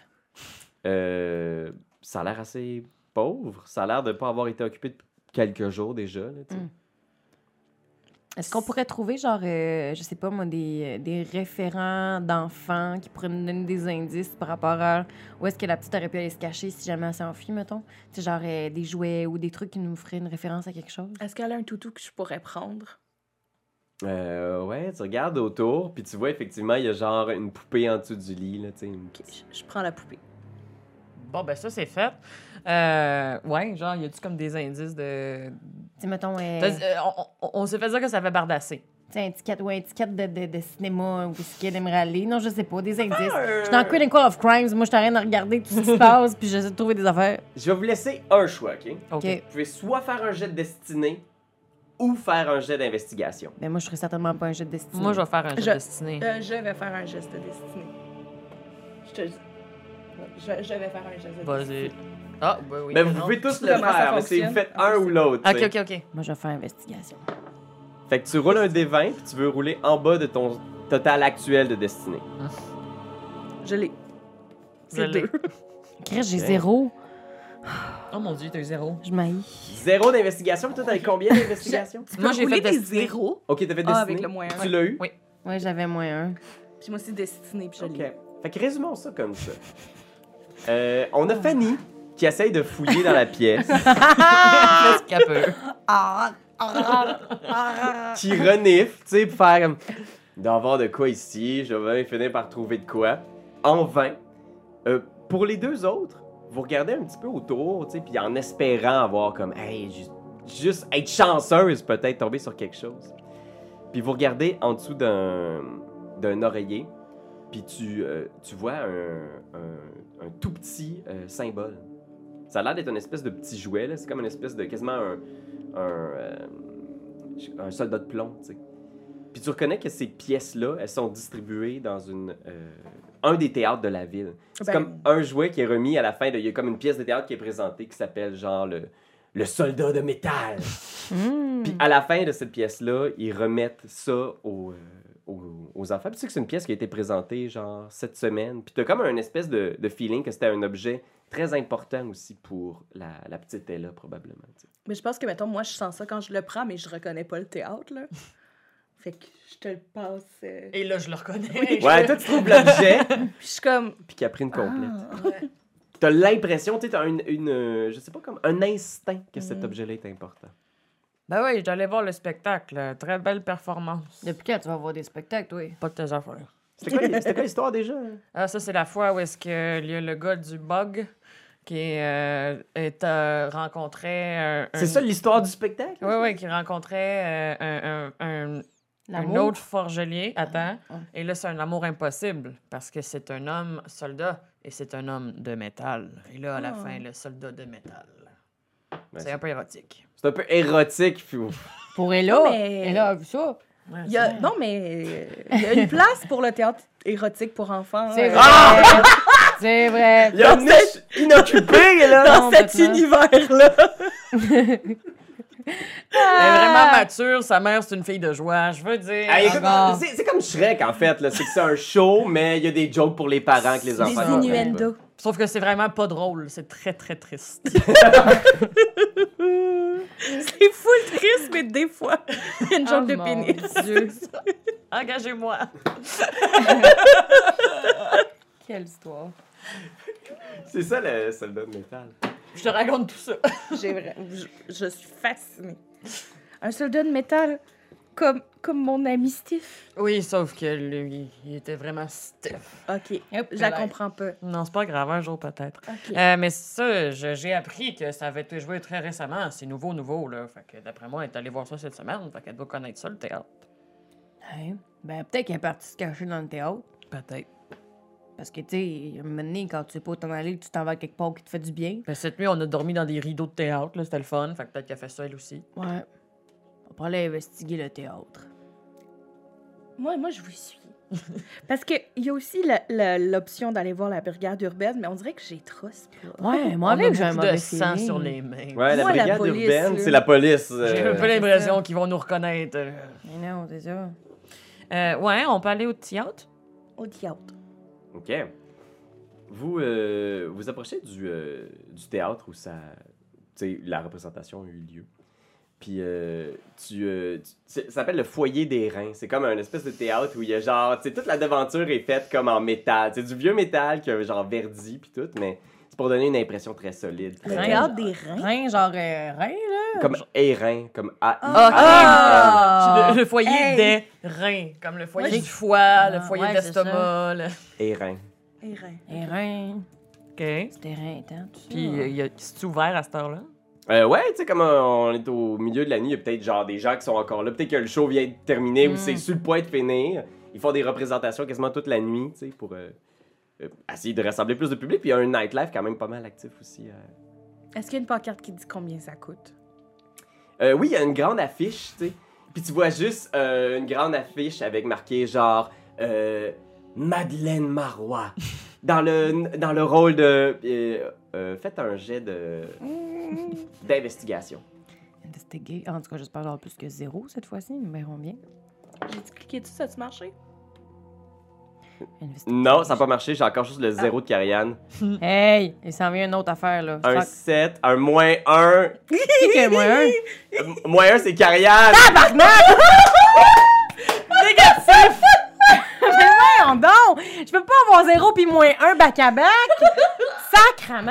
Euh, ça a l'air assez pauvre, ça a l'air de pas avoir été occupé depuis quelques jours déjà, là, tu sais. Mm. Est-ce qu'on pourrait trouver, genre, euh, je sais pas moi, des, des référents d'enfants qui pourraient nous donner des indices par rapport à où est-ce que la petite aurait pu aller se cacher si jamais elle s'enfuit, mettons? Tu sais, genre euh, des jouets ou des trucs qui nous feraient une référence à quelque chose? Est-ce qu'elle a un toutou que je pourrais prendre? Euh, ouais, tu regardes autour, puis tu vois effectivement, il y a genre une poupée en dessous du lit, là, tu sais. une Ok, petite- je, je prends la poupée. Bon, ben ça, c'est fait. Euh, ouais, genre, y a-tu comme des indices de... Tu sais, mettons, euh, T'as- euh, on on- on s'est fait dire que ça fait bardasser. tu sais, un ticket ou un ticket de, de, de cinéma où est-ce qu'elle aimerait aller. Non, je sais pas, des indices. Je suis dans Queen Call of Crimes. Moi, je suis en train de regarder tout ce qui se passe, puis j'essaie de trouver des affaires. Je vais vous laisser un choix, OK? OK. OK. Vous pouvez soit faire un jet de destinée ou faire un jet d'investigation. Ben, moi, je serais certainement pas un jeu de destinée. Moi, je vais faire un jeu Je- de destinée. Euh, je vais faire un geste de destinée. Je te dis. Je, je vais faire un geste de Vas-y. destinée. Ah, ben oui. Mais ben vous non. pouvez tous le Comment ça faire, mais c'est vous fonctionne? faites un ou l'autre. tu OK, sais. OK, OK. Moi, je vais faire investigation. Fait que tu roules un dé vingt, puis tu veux rouler en bas de ton total actuel de destinée. Je l'ai. Je C'est l'ai. deux. Chris, j'ai Ok. zéro. Oh mon Dieu, t'as eu zéro. Je m'haïs. Zéro d'investigation, puis toi, t'avais combien d'investigation? Moi, j'ai Rouler fait des destinée. zéros. Ok, t'as fait Ah, destinée. avec le moins un. Tu l'as eu? Oui. Ouais, j'avais moins un. Puis moi aussi destinée, puis je Ok. l'ai. Fait que résumons ça comme ça. Euh, on a Fanny qui essaye de fouiller dans la pièce, Qu'est-ce qu'elle peut? qui renifle, tu sais, pour faire comme. Il doit y avoir de quoi ici, je vais finir par trouver de quoi. En vain. Euh, pour les deux autres, vous regardez un petit peu autour, tu sais, puis en espérant avoir comme, hey, ju- juste être chanceuse, peut-être tomber sur quelque chose. Puis vous regardez en dessous d'un d'un oreiller, puis tu, euh, tu vois un, un, un tout petit euh, symbole. Ça a l'air d'être une espèce de petit jouet, là. C'est comme une espèce de quasiment un, un, euh, un soldat de plomb, tu sais. Puis tu reconnais que ces pièces-là, elles sont distribuées dans une, euh, un des théâtres de la ville. C'est Ben- comme un jouet qui est remis à la fin. De, il y a comme une pièce de théâtre qui est présentée qui s'appelle genre le, le soldat de métal. Mmh. Puis à la fin de cette pièce-là, ils remettent ça aux, euh, aux, aux enfants. Puis tu sais que c'est une pièce qui a été présentée genre cette semaine. Puis t'as comme un espèce de, de feeling que c'était un objet très important aussi pour la, la petite Ella, probablement. tu sais. Mais je pense que, mettons, moi, je sens ça quand je le prends, mais je reconnais pas le théâtre, là. Fait que je te le passe. euh, Et là, je le reconnais. Ouais, toi tu trouves l'objet, Puis je suis comme. puis Caprine complète. Ah. Ouais. T'as l'impression, tu sais, t'as une, une, euh, je sais pas, comme un instinct que cet Mhm. objet-là est important. Ben oui, j'allais voir le spectacle. Très belle performance. Depuis quand tu vas voir des spectacles, toi? Pas de tes affaires. C'était quoi, c'était quoi l'histoire déjà? hein? Ah, ça, c'est la fois où est-ce que il y a le gars du bug qui euh, est, euh, rencontrait un... un- C'est ça l'histoire du spectacle? Oui, oui, qui rencontrait euh, un, un, un, un L'amour? autre forgelier. Attends. Ah. Et là, c'est un amour impossible parce que c'est un homme soldat et c'est un homme de métal. Et là, à la Ah. fin, le soldat de métal. Ben, c'est c'est un peu érotique. c'est un peu érotique. Puis, ouf. Pour Ella? Non, mais- Elle a vu ça? Ouais, Il y a... c'est- Non, mais euh, il y a une place pour le théâtre érotique pour enfants. C'est euh, vrai! C'est vrai! Il y a une niche inoccupée, là! Dans Non, cet complètement. univers-là. Elle est vraiment mature, sa mère, c'est une fille de joie. Je veux dire. Ah, écoute, Encore. c'est, c'est comme Shrek, en fait. Là. C'est que c'est un show, mais il y a des jokes pour les parents que les enfants Des comprennent pas. innuendos. Sauf que c'est vraiment pas drôle. C'est très, très triste. C'est full triste, mais des fois, il y a une joke Oh de mon pénis. Dieu. Engagez-moi. Quelle histoire. C'est ça le soldat de métal. Je te raconte tout ça. J'ai vra- je, je suis fascinée. Un soldat de métal comme, comme mon ami Steve. Oui, sauf que lui, il était vraiment stiff. OK, Hop, je la là. comprends pas. Non, c'est pas grave, un jour peut-être. OK. Euh, mais ça, je- j'ai appris que ça avait été joué très récemment. C'est nouveau, nouveau, là. Fait que d'après moi, elle est allée voir ça cette semaine. Fait qu'elle doit connaître ça, le théâtre. Hein? Ben, peut-être qu'elle est partie se cacher dans le théâtre. Peut-être. Parce que, tu sais, un moment donné, quand tu sais pas où t'en aller, tu t'en vas quelque part qui te fait du bien. Ben, cette nuit, on a dormi dans des rideaux de théâtre, là. C'était le fun. Fait que peut-être qu'elle fait ça, elle aussi. Ouais. On pourrait aller investiguer le théâtre. Moi, moi, je vous suis. Parce qu'il y a aussi la- la- l'option d'aller voir la brigade urbaine, mais on dirait que j'ai trop ce pas. Ouais, moi, on a avec, j'ai un beaucoup de mauvais sang feeling. sur les mains. Ouais, la Moi, la brigade police, urbaine, là. c'est la police. euh, J'ai un peu l'impression qu'ils vont nous reconnaître. Mais non, c'est ça. Euh, ouais, on peut aller au théâtre? Au théâtre. OK. Vous, euh, vous approchez du, euh, du théâtre où ça, tu sais, la représentation a eu lieu. Puis, euh, tu, euh, tu- c'est- ça s'appelle le foyer des reins. C'est comme un espèce de théâtre où il y a genre, tu sais, toute la devanture est faite comme en métal. C'est du vieux métal qui a genre verdi puis tout, mais c'est pour donner une impression très solide. Le Rein. théâtre des reins. Rein, genre euh, rein, là. Comme Airain, comme A. Ah! Le, le foyer Hey! des reins, comme le foyer Ouais, du foie, le Ah, foyer ouais, de c'est ça. l'estomac. le- Airain. Les reins. Un rein. OK. C'était rein, hein, tout ça. Puis, euh, y a- c'est ouvert à cette heure-là? Euh, ouais, tu sais, comme euh, on est au milieu de la nuit, il y a peut-être genre des gens qui sont encore là. Peut-être que le show vient de terminer ou Mm. c'est sur le point de finir. Ils font des représentations quasiment toute la nuit, tu sais, pour euh, euh, essayer de rassembler plus de public. Puis il y a un nightlife quand même pas mal actif aussi. euh. Est-ce qu'il y a une pancarte qui dit combien ça coûte? Euh, oui, il y a une grande affiche, tu sais. Puis tu vois juste euh, une grande affiche avec marqué genre euh, Madeleine Marois dans le dans le rôle de. euh, euh, faites un jet de d'investigation. Investiguer. En tout cas, j'espère avoir plus que zéro cette fois-ci. Nous verrons bien. J'ai-tu cliqué dessus, ça a-tu marché? Investiguer. Non, ça n'a pas marché. J'ai encore juste le zéro de Karianne. Hey! Il s'en vient une autre affaire, là. Un Fuck. sept, un moins un. Qui qui a moins un? Euh, moins un, c'est Karianne. Négatif! Mais voyons donc! Je peux pas avoir zéro puis moins un back-à-back! Sacrement!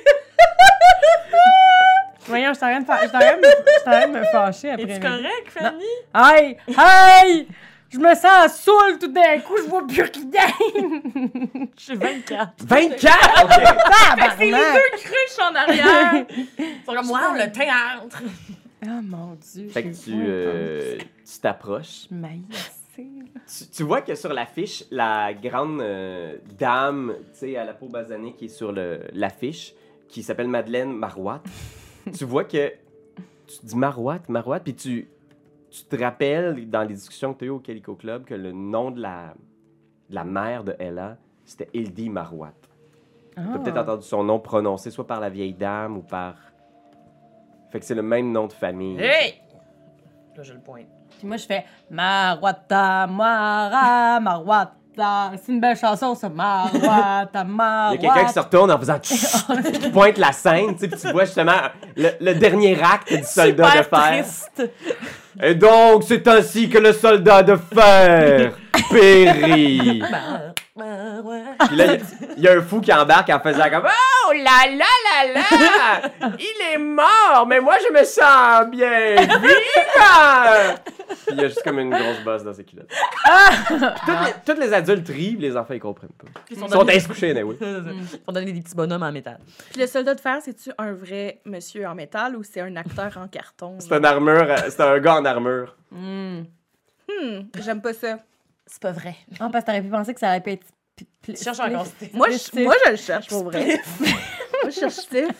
Voyons, je suis en train de fa- je suis en train de me- je suis en train de me fâcher après. Es-tu mes- correct, Fanny? Hey! Hey! Je me sens saoul tout d'un coup, je vois plus rien! J'ai vingt-quatre. vingt-quatre! OK. Tabarnak! Cruche en arrière! Ils sont comme, wow, le théâtre! Oh mon Dieu! Fait que je suis tu euh, tu t'approches. Je m'haïs assez, là. Tu, tu vois que sur l'affiche, la grande euh, dame, tu sais, à la peau basanée qui est sur le- l'affiche, qui s'appelle Madeleine Marois, tu vois que tu dis Marois, Marois, puis tu, tu te rappelles dans les discussions que tu as eues au Calico Club que le nom de la, de la mère de Ella, c'était Hildy Marois. Tu as peut-être entendu son nom prononcé soit par la vieille dame ou par... Fait que c'est le même nom de famille. Hey! Là, j'ai le point. Puis moi, je fais Marouata, Mara, Marouata. C'est une belle chanson, ça. Marouata, Marouata. Il y a quelqu'un qui se retourne en faisant tch, qui pointe la scène, tu sais, puis tu vois justement le, le dernier acte du soldat Super de fer. triste! Et donc, c'est ainsi que le soldat de fer périt. Puis là, il y, a un fou qui embarque en faisant comme oh là là là là, il est mort, mais moi je me sens bien vivant. Puis il y a juste comme une grosse bosse dans ses culottes. Puis toutes, les, toutes les adultes rient, les enfants ils comprennent pas. Ils Ils sont inscouchés, mais oui. Ils sont donnés des petits bonhommes en métal. Puis le soldat de fer, c'est-tu un vrai monsieur en métal ou c'est un acteur en carton? C'est un armure, euh, c'est un gars en armure. Hmm. Hmm, j'aime pas ça. C'est pas vrai. Ah, parce que t'aurais pu penser que ça aurait pu être. p- p- Tu cherches encore Steve. Moi, Steve. je, moi, je le cherche pour vrai. moi, je cherche Steve.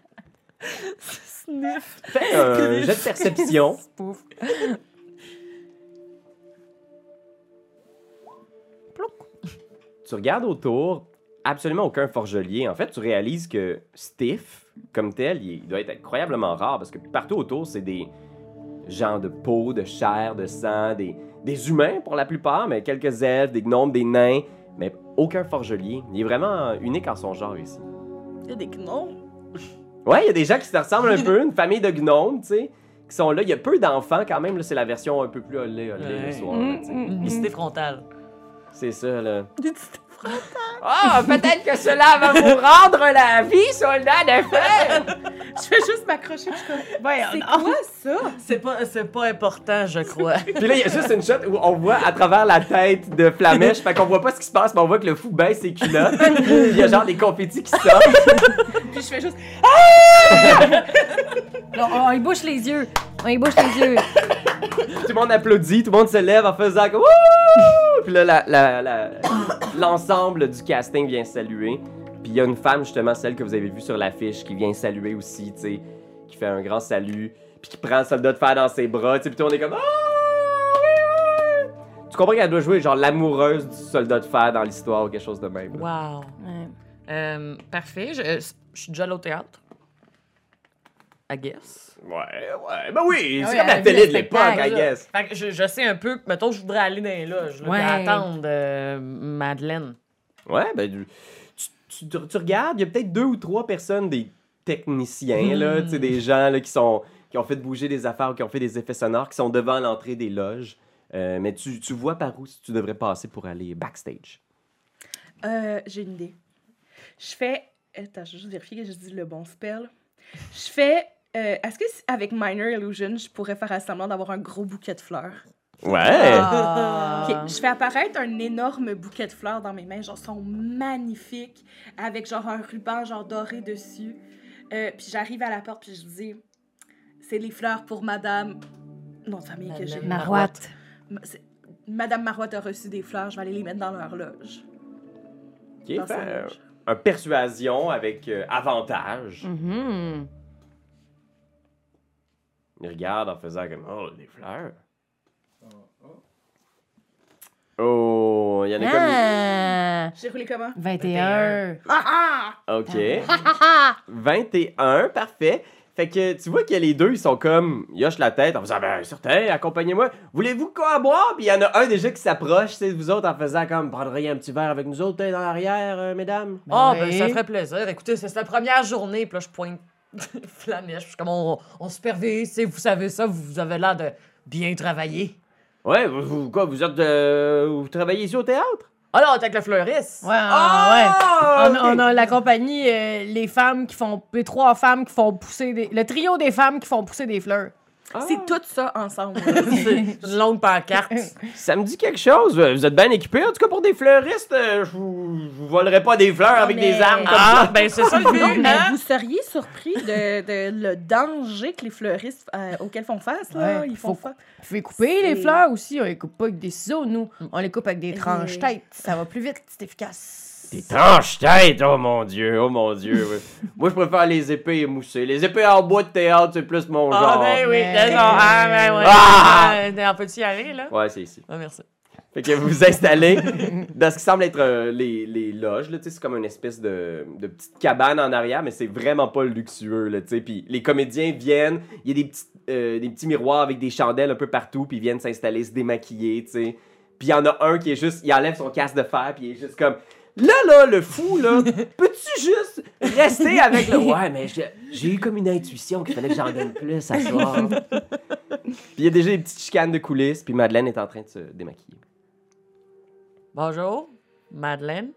Fais un jet de perception. Pouf. Tu regardes autour, absolument aucun forgelier. En fait, tu réalises que Stiff, comme tel, il doit être incroyablement rare parce que partout autour, c'est des gens de peau, de chair, de sang, des, des humains pour la plupart, mais quelques elfes, des gnomes, des nains, mais aucun forgelier. Il est vraiment unique en son genre ici. Il y a des gnomes. Ouais, il y a des gens qui se ressemblent un peu, une famille de gnomes, tu sais, qui sont là. Il y a peu d'enfants quand même, là, c'est la version un peu plus olé, olé le Ouais. soir, là, tu sais. Mm, Une cité frontale. C'est ça, là. Des petites- Ah, peut-être que cela va vous rendre la vie, soldat de fer! Je fais juste m'accrocher. Je suis comme, Voyons c'est donc. quoi ça? C'est pas, c'est pas important, je crois. Puis là, il y a juste une shot où on voit à travers la tête de Flamèche, fait qu'on voit pas ce qui se passe, mais on voit que le fou baisse ses culottes. Il y a genre des confettis qui sortent. Puis je fais juste, On, on y bouche les yeux. On y bouche les yeux. Tout le monde applaudit, tout le monde se lève en faisant comme wouh! Puis là, la- la- la- l'ensemble du casting vient saluer. Puis il y a une femme, justement, celle que vous avez vue sur l'affiche, qui vient saluer aussi, tu sais, qui fait un grand salut, puis qui prend le soldat de fer dans ses bras, tu sais, puis tout le monde est comme ah! Oui, oui! Tu comprends qu'elle doit jouer genre l'amoureuse du soldat de fer dans l'histoire ou quelque chose de même. là. Wow. Ouais. Euh, parfait. Je, euh, je suis déjà allée au théâtre. I guess. Ouais, ouais, ben oui, c'est oui, comme la elle a télé vu de le l'époque, spectacle, I guess. Fait que je, je sais un peu que, mettons, je voudrais aller dans les loges, là, Ouais. puis attendre euh, Madeleine. Ouais, ben, tu, tu, tu- tu regardes, il y a peut-être deux ou trois personnes, des techniciens, là, tu sais, des gens là, qui, sont, qui ont fait bouger des affaires ou qui ont fait des effets sonores, qui sont devant l'entrée des loges. Euh, mais tu, tu vois par où tu devrais passer pour aller backstage. euh, j'ai une idée. Je fais, attends, je vais juste vérifier que je dis le bon spell. Je fais, euh, est-ce que c- avec Minor Illusion, je pourrais faire semblant d'avoir un gros bouquet de fleurs? Ouais! Ah. Ok, je fais apparaître un énorme bouquet de fleurs dans mes mains, genre, sont magnifiques, avec genre un ruban genre doré dessus. Euh, puis j'arrive à la porte, puis je dis, c'est les fleurs pour Madame... Non, de famille que j'ai. Madeleine Marouette. Ma- c'est- Madame Marouette a reçu des fleurs, je vais aller les mettre dans leur loge. Ok, Dans fais sa un, loge. un persuasion avec euh, avantage. Mhm. Il regarde en faisant comme oh, des fleurs. Oh, il y en a Ah. J'ai roulé comment? vingt et un. Ah ah! comme. Ok. vingt et un, parfait. Fait que tu vois que les deux, ils sont comme. Ils hochent la tête en faisant ben, certain, accompagnez-moi. Voulez-vous quoi à boire? Puis il y en a un déjà qui s'approche, c'est vous autres, en faisant comme prendriez un petit verre avec nous autres, peut-être dans l'arrière, euh, mesdames? Ah, Ouais. ben ça ferait plaisir. Écoutez, c'est la première journée, puis là, je pointe Flamèche. Je suis comme, on, on supervise, tu sais, vous savez ça, vous avez l'air de bien travailler. Ouais, vous, vous- quoi, vous êtes. euh, vous travaillez ici au théâtre? Ah là, on est avec le fleuriste. Ouais, ah, ouais. On, ok. on a la compagnie, euh, les femmes qui font. Les trois femmes qui font pousser des. Le trio des femmes qui font pousser des fleurs. Ah. C'est tout ça ensemble. C'est une longue pancarte. Ça me dit quelque chose. Vous êtes bien équipés. En tout cas, pour des fleuristes, euh, je vous, je vous volerai pas des fleurs Non, avec mais- des armes comme Ah, ça. ben c'est ça le Non, but, mais hein? vous seriez surpris de, de le danger que les fleuristes euh, auxquels font face, là. Ouais, Ils font faut- face. Vous pouvez couper les C'est- fleurs aussi. On les coupe pas avec des ciseaux, nous. On les coupe avec des tranches-têtes. Ça va plus vite, c'est efficace. Des tranches-têtes, oh mon dieu, oh mon dieu. ouais. Moi, je préfère les épées émoussées. Les épées en bois de théâtre, c'est plus mon Ah, genre. ben oui, Mais- d'accord. Ah, ben oui. Ah! Euh, on peut-tu y aller, là? Ouais, c'est ici. Ah, merci. Fait que vous vous installez dans ce qui semble être euh, les, les loges. Là, tu sais, c'est comme une espèce de, de petite cabane en arrière, mais c'est vraiment pas luxueux. Là, tu sais. Puis les comédiens viennent, il y a des petits, euh, des petits miroirs avec des chandelles un peu partout, puis ils viennent s'installer, se démaquiller. tu sais. Puis il y en a un qui est juste, il enlève son casque de fer, puis il est juste comme... Là, là, le fou, là, peux-tu juste rester avec le... Ouais, mais j'ai- j'ai eu comme une intuition qu'il fallait que j'en donne plus à soir. Puis il y a déjà des petites chicanes de coulisses, puis Madeleine est en train de se démaquiller. Bonjour, Madeleine.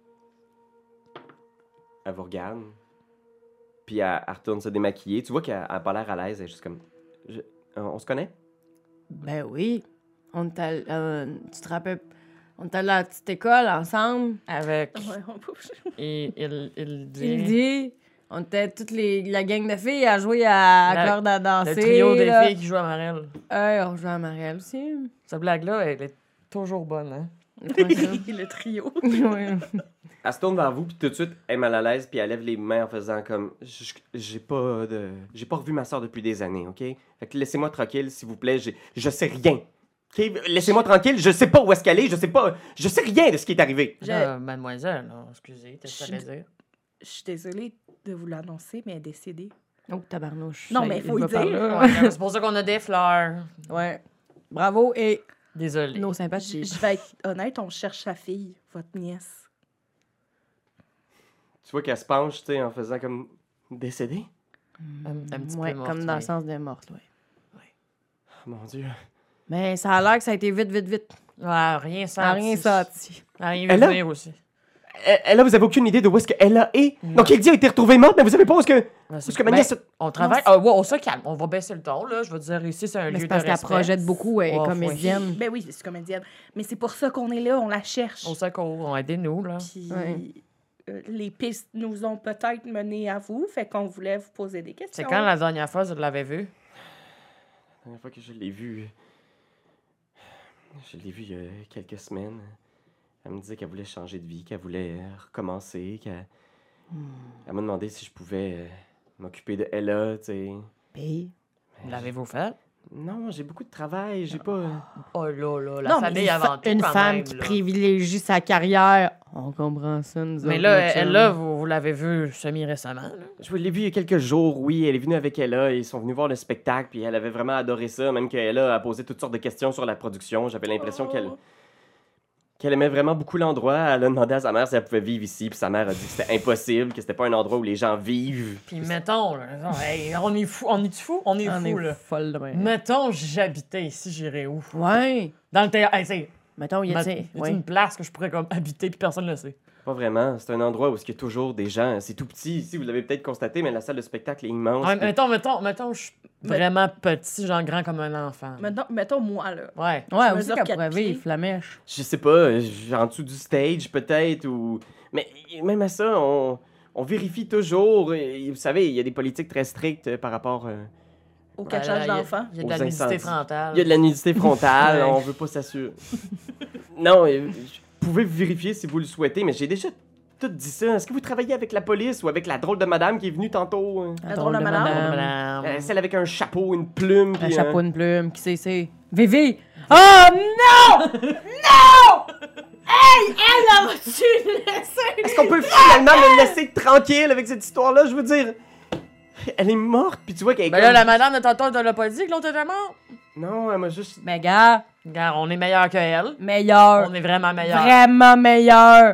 Elle vous regarde. Puis elle, elle retourne se démaquiller. Tu vois qu'elle n'a pas l'air à l'aise. Elle est juste comme... Je- euh, on se connaît? Ben oui. On est allé- euh, tu te rappelles. On est allé à la petite école ensemble. Avec. Ouais, on bouge. Et il, il dit. Il dit. On était toute les, la gang de filles à jouer à La- corde à danser. Le trio des là. filles qui jouent à Marelle. Hey, on joue à Marielle aussi. Cette blague-là, elle est toujours bonne, hein? Le trio. Ouais. Elle se tourne vers vous, puis tout de suite, elle est mal à l'aise, puis elle lève les mains en faisant comme... J- J'ai pas de... J'ai pas revu ma soeur depuis des années, OK? Fait que laissez-moi tranquille, s'il vous plaît. j'ai- Je sais rien. OK? Laissez-moi tranquille. Je sais pas où est-ce qu'elle est. Je sais pas... Je sais rien de ce qui est arrivé. Je- Là, mademoiselle, là, excusez, t'as Je- ça à dire? Je suis désolée de vous l'annoncer, mais elle est décédée. Oh, tabarnouche. Non, Ça, mais il faut va y par dire. là. Ouais, c'est pour ça qu'on a des fleurs. Ouais. Bravo et Désolé. nos Je sympathies. je vais être honnête, on cherche sa fille, votre nièce. Tu vois qu'elle se penche, tu sais, en faisant comme... Décédée? Un, un petit Ouais, peu morte, comme dans le oui. sens des mortes, ouais. Oh, mon Dieu. Mais ça a l'air que ça a été vite, vite, vite. Ouais, rien senti. Ça a rien sorti. Rien Elle vu a- venir aussi. Ella, vous avez aucune idée de où est-ce que Ella est? Donc, Eldia a été retrouvée morte, mais vous savez pas où est-ce que... Ben, Où c'est- est-ce que Mania ben, se... On travaille. Ah, ouais, on se calme. On va baisser le ton, là. Je veux dire, ici, c'est un Mais lieu c'est de parce qu'elle respect. projette beaucoup, elle est Oh, comédienne. Ben oui, c'est comédienne. Mais c'est pour ça qu'on est là, on la cherche. Au secours, aidez-nous, là. Puis Ouais. euh, les pistes nous ont peut-être mené à vous, fait qu'on voulait vous poser des questions. C'est quand la dernière fois que vous l'avez vu? La dernière fois que je l'ai vue... Je l'ai vue il y a quelques semaines. Elle me disait qu'elle voulait changer de vie, qu'elle voulait euh, recommencer, qu'elle... Elle m'a demandé si je pouvais euh, m'occuper de Ella, tu sais. Puis, L'avez-vous fait? Non, j'ai beaucoup de travail, j'ai pas... euh, Oh là là, la non, mais famille une, avant fa- tout, une quand femme même, qui là. privilégie sa carrière. On comprend ça, nous Mais autres, là, notre elle, chum. là, vous, vous l'avez vue semi-récemment, là. Je l'ai vue il y a quelques jours, oui. Elle est venue avec Ella, ils sont venus voir le spectacle, puis elle avait vraiment adoré ça, même qu'Ella a posé toutes sortes de questions sur la production. J'avais l'impression Oh. qu'elle... qu'elle aimait vraiment beaucoup l'endroit. Elle a demandé à sa mère si elle pouvait vivre ici, puis sa mère a dit que c'était impossible, que c'était pas un endroit où les gens vivent. Puis mettons, là, non, hey, on est fou, on est fou, on est On fou, est là. folle de même. Mettons, j'habitais ici, j'irais où? Ouais. Dans le théâtre. Hey, c'est- Mettons, il y a, ma- tu y sais, a-t-il ouais. une place que je pourrais comme habiter puis personne ne le sait? Pas vraiment. C'est un endroit où il y a toujours des gens. C'est tout petit ici, vous l'avez peut-être constaté, mais la salle de spectacle est immense. Ouais, puis- mettons, mettons, mettons, je suis Mais- vraiment petit, genre grand comme un enfant. Mettons, mettons moi, là. Ouais. Ouais, Je aussi mesure qu'elle quatre pourrait pieds. vivre, Flamèche. Je sais pas, euh, en dessous du stage peut-être, ou... Mais même à ça, on, on vérifie toujours. Et, vous savez, il y a des politiques très strictes euh, par rapport... euh, Au Voilà, cachage y a- d'enfants. Il y a de Aux la nudité incendies. frontale. Il y a de la nudité frontale, Ouais. on veut pas s'assurer. Non, euh, vous pouvez vérifier si vous le souhaitez, mais j'ai déjà tout dit ça. Est-ce que vous travaillez avec la police ou avec la drôle de madame qui est venue tantôt? euh? La drôle de madame. Madame. Euh, celle avec un chapeau, une plume, Un puis... chapeau, euh, une plume, qui c'est, c'est... Vivi! Oh non! Est-ce qu'on peut finalement me laisser tranquille avec cette histoire-là? Je veux dire... Elle est morte, puis tu vois qu'elle est Ben comme... là, la madame de tantôt, elle l'a pas dit que l'autre était mort? Non, elle m'a juste... Mais gars, Regarde, on est meilleur que elle. meilleur. On est vraiment meilleur. Vraiment meilleur.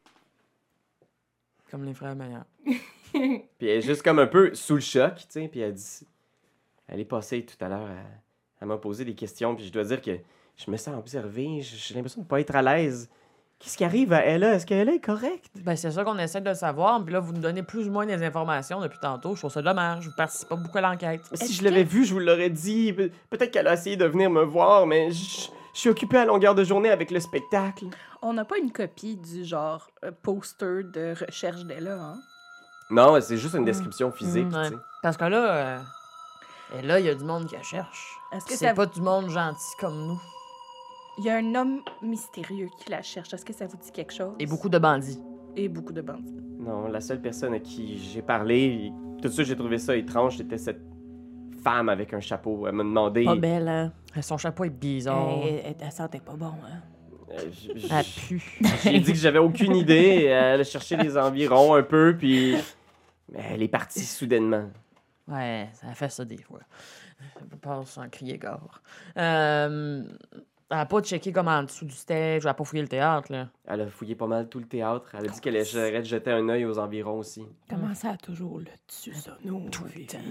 Comme les frères meilleurs. Puis elle est juste comme un peu sous le choc, tu sais, puis elle dit... Elle est passée tout à l'heure, elle, elle m'a posé des questions, puis je dois dire que je me sens observé, j'ai j'ai l'impression de pas être à l'aise. Qu'est-ce qui arrive à Ella? Est-ce qu'elle est correcte? Ben, c'est ça qu'on essaie de savoir. Puis là, vous nous donnez plus ou moins des informations depuis tantôt. Je trouve ça dommage. Vous participez pas beaucoup à l'enquête. Si Est-ce je l'avais vue, je vous l'aurais dit. Pe- Peut-être qu'elle a essayé de venir me voir, mais je je suis occupé à longueur de journée avec le spectacle. On n'a pas une copie du genre euh, poster de recherche d'Ella, hein? Non, c'est juste une description physique, Ouais. tu sais. Parce que là, euh, et là, il y a du monde qui la cherche. Est-ce que C'est ça... pas du monde gentil comme nous. Il y a un homme mystérieux qui la cherche. Est-ce que ça vous dit quelque chose? Et beaucoup de bandits. Et beaucoup de bandits. Non, la seule personne à qui j'ai parlé, tout de suite j'ai trouvé ça étrange, c'était cette femme avec un chapeau. Elle m'a demandé... Pas belle, hein? Son chapeau est bizarre. Elle, elle, elle sentait pas bon, hein? Euh, j- j- Elle pue. J'ai dit que j'avais aucune idée. Elle a cherché les environs un peu, puis... Mais elle est partie soudainement. Ouais, ça fait ça des fois. Elle passe sans crier gare. Euh, elle a pas checké comme en dessous du stage, elle a pas fouillé le théâtre, là. Elle a fouillé pas mal tout le théâtre. Elle a dit qu'elle essaierait de jeter un œil aux environs aussi. Comment ça a toujours le dessus, ça, nous? Tout le temps.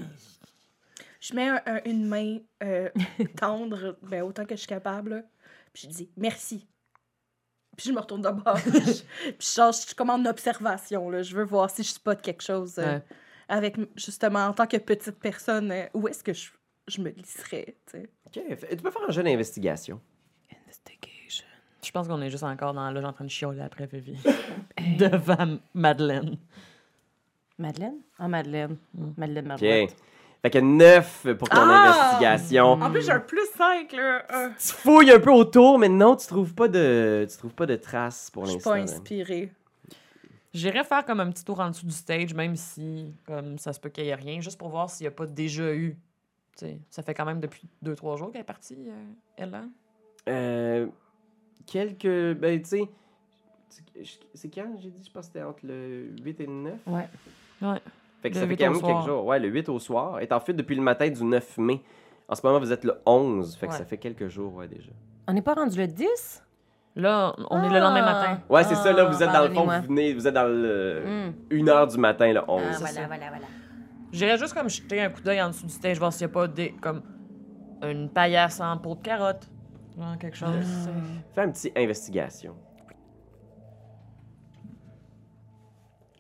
Je mets un- un- une main euh, tendre, ben, autant que je suis capable, là, puis je dis merci. Puis je me retourne d'abord. puis je, puis je change, je suis comme en observation. Là. Je veux voir si je spot quelque chose euh, Ouais. avec, justement, en tant que petite personne, euh, où est-ce que je, je me glisserais, tu sais. OK, f- tu peux faire un jeu d'investigation. Investigation. Je pense qu'on est juste encore dans la loge en train de chialer après Vivi. Devant Madeleine. Madeleine? Ah, Madeleine. Madeleine OK. Marouette. Fait que neuf pour ton Ah! investigation. En plus, j'ai un plus cinq, là. Euh, Tu fouilles un peu autour, mais non, tu trouves pas de, tu trouves pas de traces pour je suis l'instant. pas là. inspirée. J'irais faire comme un petit tour en dessous du stage, même si comme ça se peut qu'il y ait rien, juste pour voir s'il n'y a pas déjà eu. Tu sais, ça fait quand même depuis deux trois jours qu'elle est partie, euh, elle, là. Euh, quelques... Ben, tu sais... c'est- C'est quand, j'ai dit? Je pense que c'était entre le huit et le neuf. Ouais. Ouais. Fait que Le ça fait huit quand au même soir. quelques jours. Ouais, le huit au soir. Elle est en fuite depuis le matin du neuf mai. En ce moment, vous êtes le onze. Fait que Ouais. ça fait quelques jours, ouais, déjà. On n'est pas rendu le dix? Là, on est le lendemain matin. Ouais, c'est ça, là, vous êtes Ah, dans le fond, pardonnez-moi. vous venez, vous êtes dans le... Hmm. une heure du matin, le onze. Ah, c'est voilà, ça. voilà, voilà. J'irais juste comme jeter un coup d'œil en dessous du stage, voir s'il n'y a pas des, comme une paillasse en peau de carotte. Genre quelque chose. tu sais. Fais un petit investigation.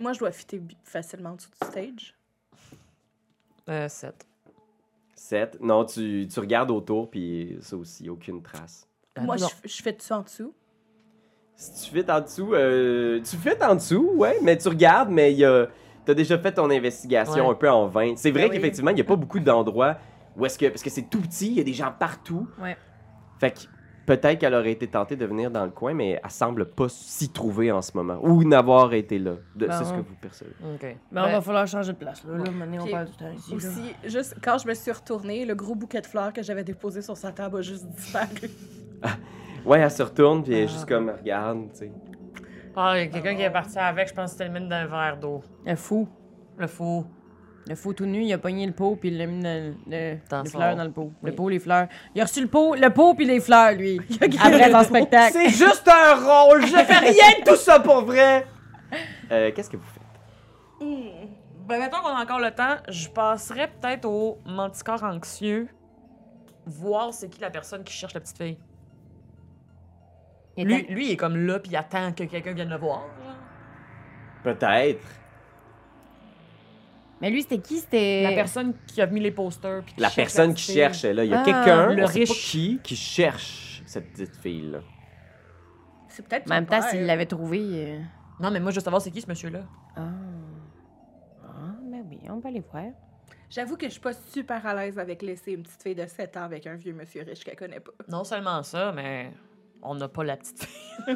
Moi, je dois fitter bi- facilement en dessous du stage. Euh, sept. sept. Non, tu, tu regardes autour, puis ça aussi, aucune trace. Moi, je, non. je fais tout ça en dessous. Si tu fites en dessous, euh, tu fites en dessous, ouais, mais tu regardes, mais il y a... T'as déjà fait ton investigation Ouais. un peu en vain. C'est vrai Ben oui. qu'effectivement, il n'y a pas beaucoup d'endroits où est-ce que... Parce que c'est tout petit, il y a des gens partout. Ouais. Fait que peut-être qu'elle aurait été tentée de venir dans le coin, mais elle semble pas s'y trouver en ce moment. Ou n'avoir été là. De- Ben c'est ce que ouais. vous percevez. OK. Mais Ben, on va falloir changer de place. Là, là Ouais. maintenant, on Puis perd du temps ici. là. Aussi, juste quand je me suis retournée, le gros bouquet de fleurs que j'avais déposé sur sa table a juste disparu. Ouais, elle se retourne, puis elle est Ah. juste comme, regarde, tu sais. Ah, il y a quelqu'un qui est parti avec, je pense que c'était le mine d'un verre d'eau. Le fou. Le fou. Le fou tout nu, il a pogné le pot puis il l'a mis dans le, Dans les son- fleurs dans le pot. Le Oui. pot, les fleurs. Il a reçu le pot, le pot puis les fleurs, lui. Après son spectacle. C'est juste un rôle, je fais rien de tout ça pour vrai! Euh, qu'est-ce que vous faites? Ben, mettons qu'on a encore le temps, je passerais peut-être au manticore anxieux, voir c'est qui la personne qui cherche la petite fille. Il Lui, était- lui, il est comme là, puis il attend que quelqu'un vienne le voir. genre. Peut-être. Mais lui, c'était qui? C'était. La personne qui a mis les posters. Puis qui La cherche personne la qui petite cherche, fille. là. Il y a Ah, quelqu'un, le on sait pas riche. qui, qui cherche cette petite fille-là. C'est peut-être En même son temps, père. s'il l'avait trouvé. euh, Non, mais moi, je veux savoir c'est qui ce monsieur-là. Ah. Ah, ben oui, on peut aller voir. J'avoue que je suis pas super à l'aise avec laisser une petite fille de sept ans avec un vieux monsieur riche qu'elle connaît pas. Non seulement ça, mais on n'a pas la petite fille.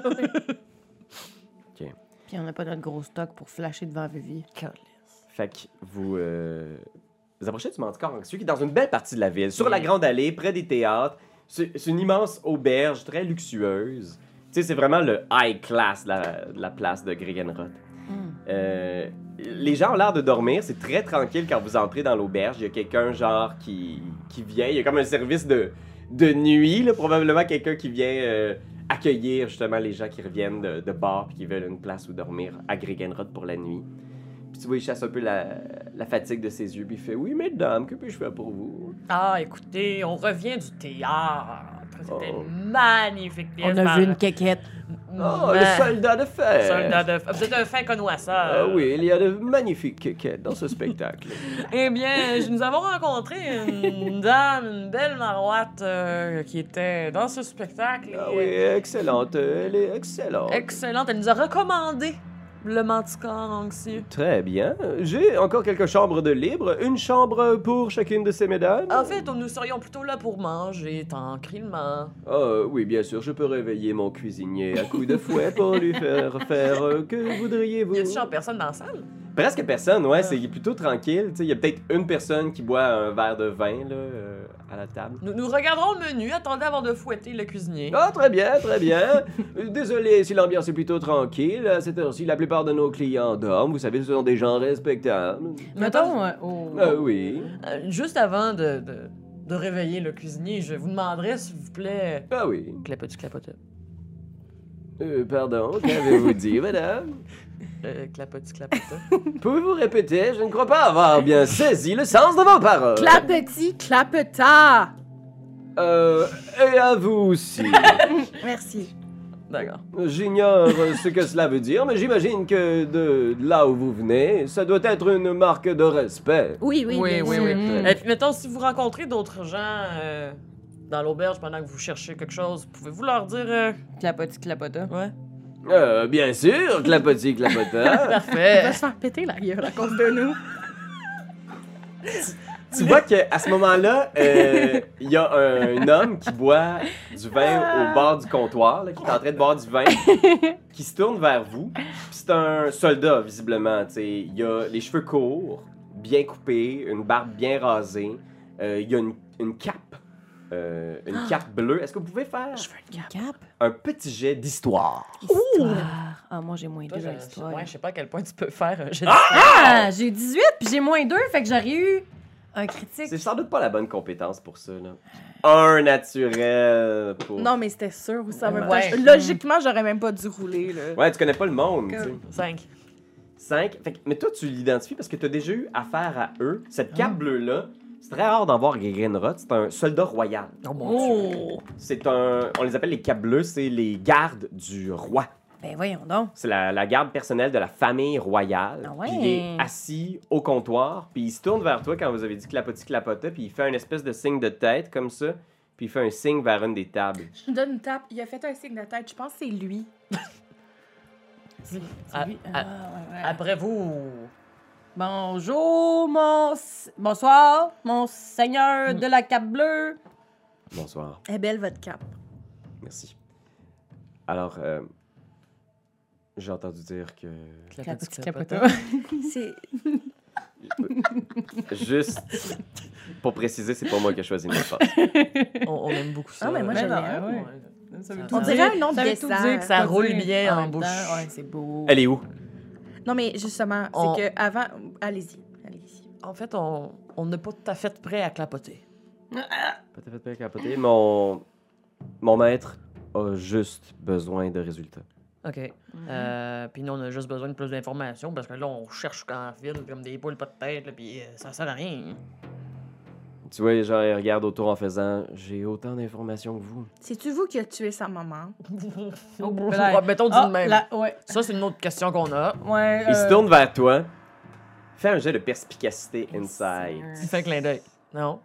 Puis on n'a pas notre gros stock pour flasher devant Vivi. Fait que vous, euh, vous approchez du Manticore Anxieux qui est dans une belle partie de la ville, sur la Mm. grande allée, près des théâtres. C'est c'est une immense auberge très luxueuse. Tu sais, c'est vraiment le high class de la, de la place de Gregenroth. Mm. Euh, les gens ont l'air de dormir, c'est très tranquille quand vous entrez dans l'auberge. Il y a quelqu'un, genre, qui, qui vient. Il y a comme un service de, de nuit, là, probablement quelqu'un qui vient euh, accueillir justement les gens qui reviennent de, de bar puis qui veulent une place où dormir à Gregenroth pour la nuit. Puis tu vois, il chasse un peu la, la fatigue de ses yeux, puis il fait « Oui, mesdames, que puis-je faire pour vous? Ah, écoutez, on revient du théâtre. C'était Oh. une magnifique pièce. On a par- vu une quéquette. Oh, le soldat de fer! Soldat de... Vous êtes un fin connoisseur. Ah oui, il y a de magnifiques quéquettes dans ce spectacle. Eh bien, je- nous avons rencontré une dame, une belle maroite euh, qui était dans ce spectacle. Ah et, oui, euh, excellente, elle est excellente. Excellente. Elle nous a recommandé le manticore anxieux. Très bien. J'ai encore quelques chambres de libre. Une chambre pour chacune de ces mesdames. En fait, nous serions plutôt là pour manger tranquillement. Ah oui, bien sûr, je peux réveiller mon cuisinier à coups de fouet pour lui faire faire euh, que voudriez-vous. Y a-tu genre personne dans la salle? Presque personne, ouais, Ah. c'est plutôt tranquille. Il y a peut-être une personne qui boit un verre de vin là, euh, à la table. Nous, nous regarderons le menu. Attendez avant de fouetter le cuisinier. Ah, très bien, très bien. Euh, Désolé si l'ambiance est plutôt tranquille. À cette heure-ci, la plupart de nos clients dorment. Vous savez, ce sont des gens respectables. Mettons, euh, au... Ah oui. Euh, juste avant de, de, de réveiller le cuisinier, je vous demanderais, s'il vous plaît... Ah oui. Clapotis, clapotis. Euh, pardon, qu'avez-vous dit, madame? Euh, clapotis, clapotis. Pouvez-vous répéter? Je ne crois pas avoir bien saisi le sens de vos paroles. Clapetis, clapeta! Euh, et à vous aussi. Merci. D'accord. J'ignore ce que cela veut dire, mais j'imagine que de là où vous venez, ça doit être une marque de respect. Oui, oui, Oui, bien oui, sûr. oui. Mm. Et puis, mettons, si vous rencontrez d'autres gens euh, dans l'auberge pendant que vous cherchez quelque chose, pouvez-vous leur dire... euh, Clapotis, clapota. Ouais. Euh, bien sûr, clapotis, clapotin. Il va Parfait. se faire péter la gueule à cause de nous. Tu vois qu'à ce moment-là, euh, il y a un homme qui boit du vin au bord du comptoir, là, qui est en train de boire du vin, qui se tourne vers vous. Puis c'est un soldat, visiblement. tu sais. Il a les cheveux courts, bien coupés, une barbe bien rasée. Euh, il a une, une cape, euh, une cape bleue. Est-ce que vous pouvez faire Je veux une cape. Cap. un petit jet d'histoire? Histoire. Ah, moi, j'ai moins Toi, deux je, à l'histoire. ouais, je sais pas à quel point tu peux faire un jet Ah, j'ai dix-huit, puis j'ai moins deux, fait que j'aurais eu un critique. C'est sans doute pas la bonne compétence pour ça, là. Un naturel pour... Non, mais c'était sûr ou ça même Ouais. temps. Logiquement, j'aurais même pas dû rouler, là. Ouais, tu connais pas le monde, tu sais. cinq. cinq. Fait que- mais toi, tu l'identifies parce que tu as déjà eu affaire à eux. Cette cape Ah. bleue-là, c'est très rare d'en voir à Gregenroth. C'est un soldat royal. Oh mon dieu. Oh! C'est un... On les appelle les capes bleues, c'est les gardes du roi. Ben voyons donc. C'est la, la garde personnelle de la famille royale. Ah ouais. Puis il est assis au comptoir, puis il se tourne vers toi quand vous avez dit clapotis clapota, puis il fait un espèce de signe de tête comme ça, puis il fait un signe vers une des tables. Je lui donne une tape. Il a fait un signe de tête. Je pense que c'est lui. C'est Ah, lui. ah, Ah, ouais, ouais. Après vous. Bonjour, mon... s- Bonsoir, mon seigneur de la cape bleue. Bonsoir. Elle est belle, votre cape. Merci. Alors, euh, j'ai entendu dire que... Clapotis clapota. clapota. C'est... Juste, pour préciser, c'est pas moi qui ai choisi une passe. On, on aime beaucoup ça. Ah, mais moi, Ben j'aime non, bien. ouais. Ouais. Ça veut On tout dirait dire. un nom de Ça veut dessert. tout dire que Ça pas roule dire bien en même bouche. temps. Ouais, c'est beau. Elle est où? Non, mais justement, On- c'est que avant... Allez-y. Allez-y. En fait, on on n'est pas tout à fait prêt à clapoter. Pas tout à fait pas capoté. Mon... Mon maître a juste besoin de résultats. OK. Euh, puis nous, on a juste besoin de plus d'informations parce que là, on cherche en fil comme des poules pas de tête, là, puis euh, ça sert à rien. Tu vois, genre, il regarde autour en faisant « J'ai autant d'informations que vous. C'est-tu vous qui a tué sa maman? Oh, Ouais, peut-être. mettons dit Ah, de même. la- ouais. Ça, c'est une autre question qu'on a. Ouais. » Il se euh, tourne vers toi. Fais un jet de perspicacité inside. Il fait un clin d'œil. Non?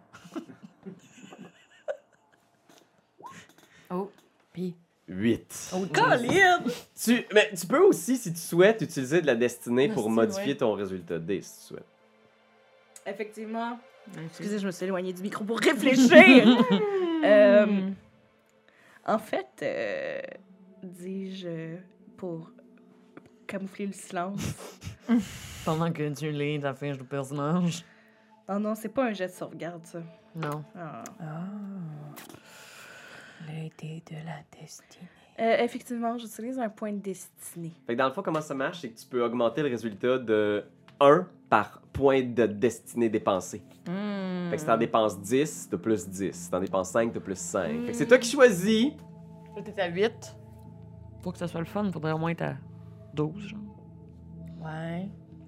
Oh, puis. huit. Oh, Colin! Tu, mais tu peux aussi, si tu souhaites, utiliser de la destinée pour Destinée, modifier ouais. ton résultat D, si tu souhaites. Effectivement. Excusez, je me suis éloignée du micro pour réfléchir. Euh, en fait, euh, dis-je, pour camoufler le silence. Pendant que tu lis ta fiche de personnage. Oh non, c'est pas un jet de sauvegarde, ça. Non. Ah. Ah. Le dé de la destinée. Euh, effectivement, j'utilise un point de destinée. Fait que dans le fond, comment ça marche, c'est que tu peux augmenter le résultat de un par point de destinée dépensé. Hmm. Fait que si t'en dépenses dix, t'as plus dix. Si t'en dépenses cinq, t'as plus cinq. Fait que c'est toi qui choisis. Là, t'es à huit. Pour que ça soit le fun, faudrait au moins être à douze, genre. Ouais.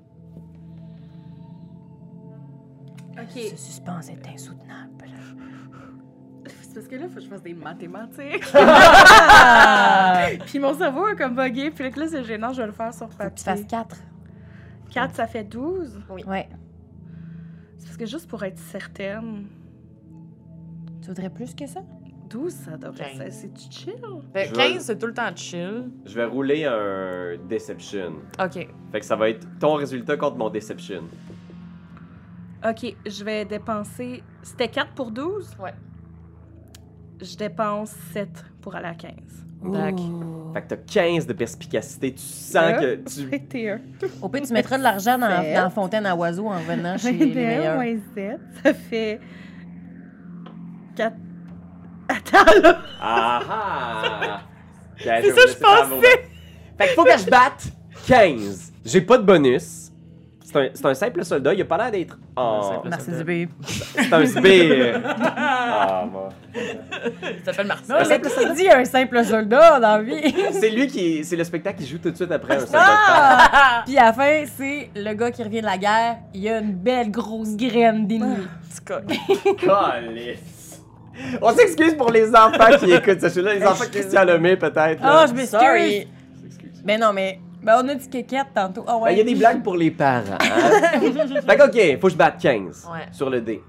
Ok. Ce suspense est insoutenable. C'est parce que là, faut que je fasse des mathématiques. Ah! Puis mon cerveau est comme bugué. Puis là, c'est gênant, je vais le faire sur Faut que tu fasses papier. quatre. quatre, ça fait douze. Ouais. C'est parce que juste pour être certaine, Tu voudrais plus que ça? douze, ça devrait quinze. être... C'est chill. Fait Je que vais- quinze, c'est tout le temps chill. Je vais rouler un Deception. OK. Fait que ça va être ton résultat contre mon Deception. Ok, je vais dépenser... C'était quatre pour douze? Ouais. Je dépense sept pour aller à quinze. Dac. Ouh. Fait que t'as quinze de perspicacité. Tu sens Là, que tu... vingt et un. Au pire, tu mettras de l'argent dans, Sept. dans la fontaine à oiseaux en revenant chez les vingt et un meilleurs. moins sept, ça fait... quatre... Attends, là! Ah ah! C'est ça, je pensais! Fait qu'il faut que je batte quinze. J'ai pas de bonus. C'est un, c'est un simple soldat. Il a pas l'air d'être en... Un simple- Merci du B. C'est un sbire. Ah, moi. Il s'appelle Martin. Non, mais qui dit un simple soldat dans la vie? C'est lui qui... C'est le spectacle qui joue tout de suite après un soldat. Ah! Puis à la fin, c'est le gars qui revient de la guerre. Il y a une belle grosse graine d'ennemi. Petit coq. Calisse. On s'excuse pour les enfants qui écoutent ce show-là. Les enfants de Christian Lemay, peut-être. là. Ah, je m'excuse. Sorry. On s'excuse. Mais non, mais ben, on a dit kékette tantôt. Ah Ben, ouais. il y a des blagues pour les parents. Hein? Fait que, OK, faut que je batte quinze Ouais. sur le dé.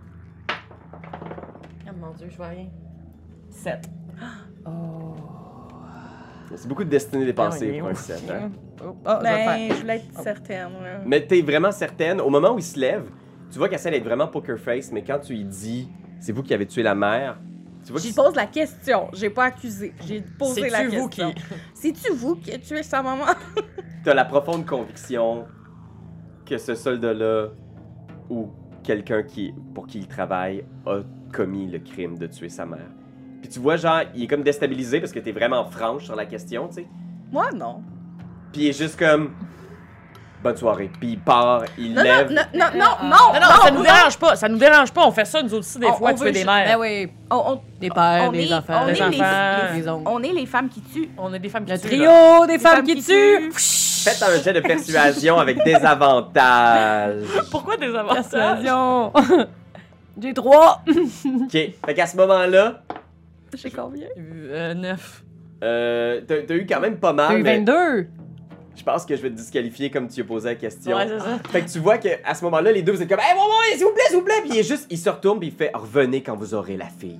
Ah mon Dieu, je vois rien. sept. Oh. C'est beaucoup de destinée dépensée Ah, pour un oui. sept. Hein? Oh, ah, je vais le Ben, faire. je voulais être certaine, là. Mais t'es vraiment certaine, au moment où il se lève, tu vois qu'elle essaie d'être vraiment poker face, mais quand tu lui dis c'est vous qui avez tué la mère, tu vois J'y qu'il pose la question. J'ai pas accusé. J'ai posé la C'est-tu question. vous qui... C'est-tu vous qui avez tué sa maman? t'as la profonde conviction que ce soldat-là ou quelqu'un qui, pour qui il travaille a commis le crime de tuer sa mère. Puis tu vois, genre, il est comme déstabilisé parce que t'es vraiment franche sur la question, tu sais. Moi, non. Puis il est juste comme bonne soirée. Puis il part, il Non, non, lève. non, non, non, non, Non, non, ça nous non. dérange pas. Ça nous dérange pas. On fait ça, nous aussi, des On- fois, on tuer veut des ju- mères. Ben oui, On, on- des pères, on des est- enfants, on des est les- enfants, les- des oncles. on est les femmes qui tuent. On a des femmes qui Le tuent, trio là. des femmes qui tuent. Faites un jet de persuasion avec désavantage. Pourquoi des avantages? Persuasion. J'ai trois. OK. Fait qu'à ce moment-là, J'ai combien? Euh, neuf. Euh, t'as, t'as eu quand même pas mal. T'as eu mais vingt-deux. je pense que je vais te disqualifier comme tu as posé la question. Ouais, c'est ça. Fait que tu vois qu'à ce moment-là, les deux, vous êtes comme, hey, bon, bon, s'il vous plaît, s'il vous plaît. Puis il est juste, il se retourne, puis il fait, revenez quand vous aurez la fille.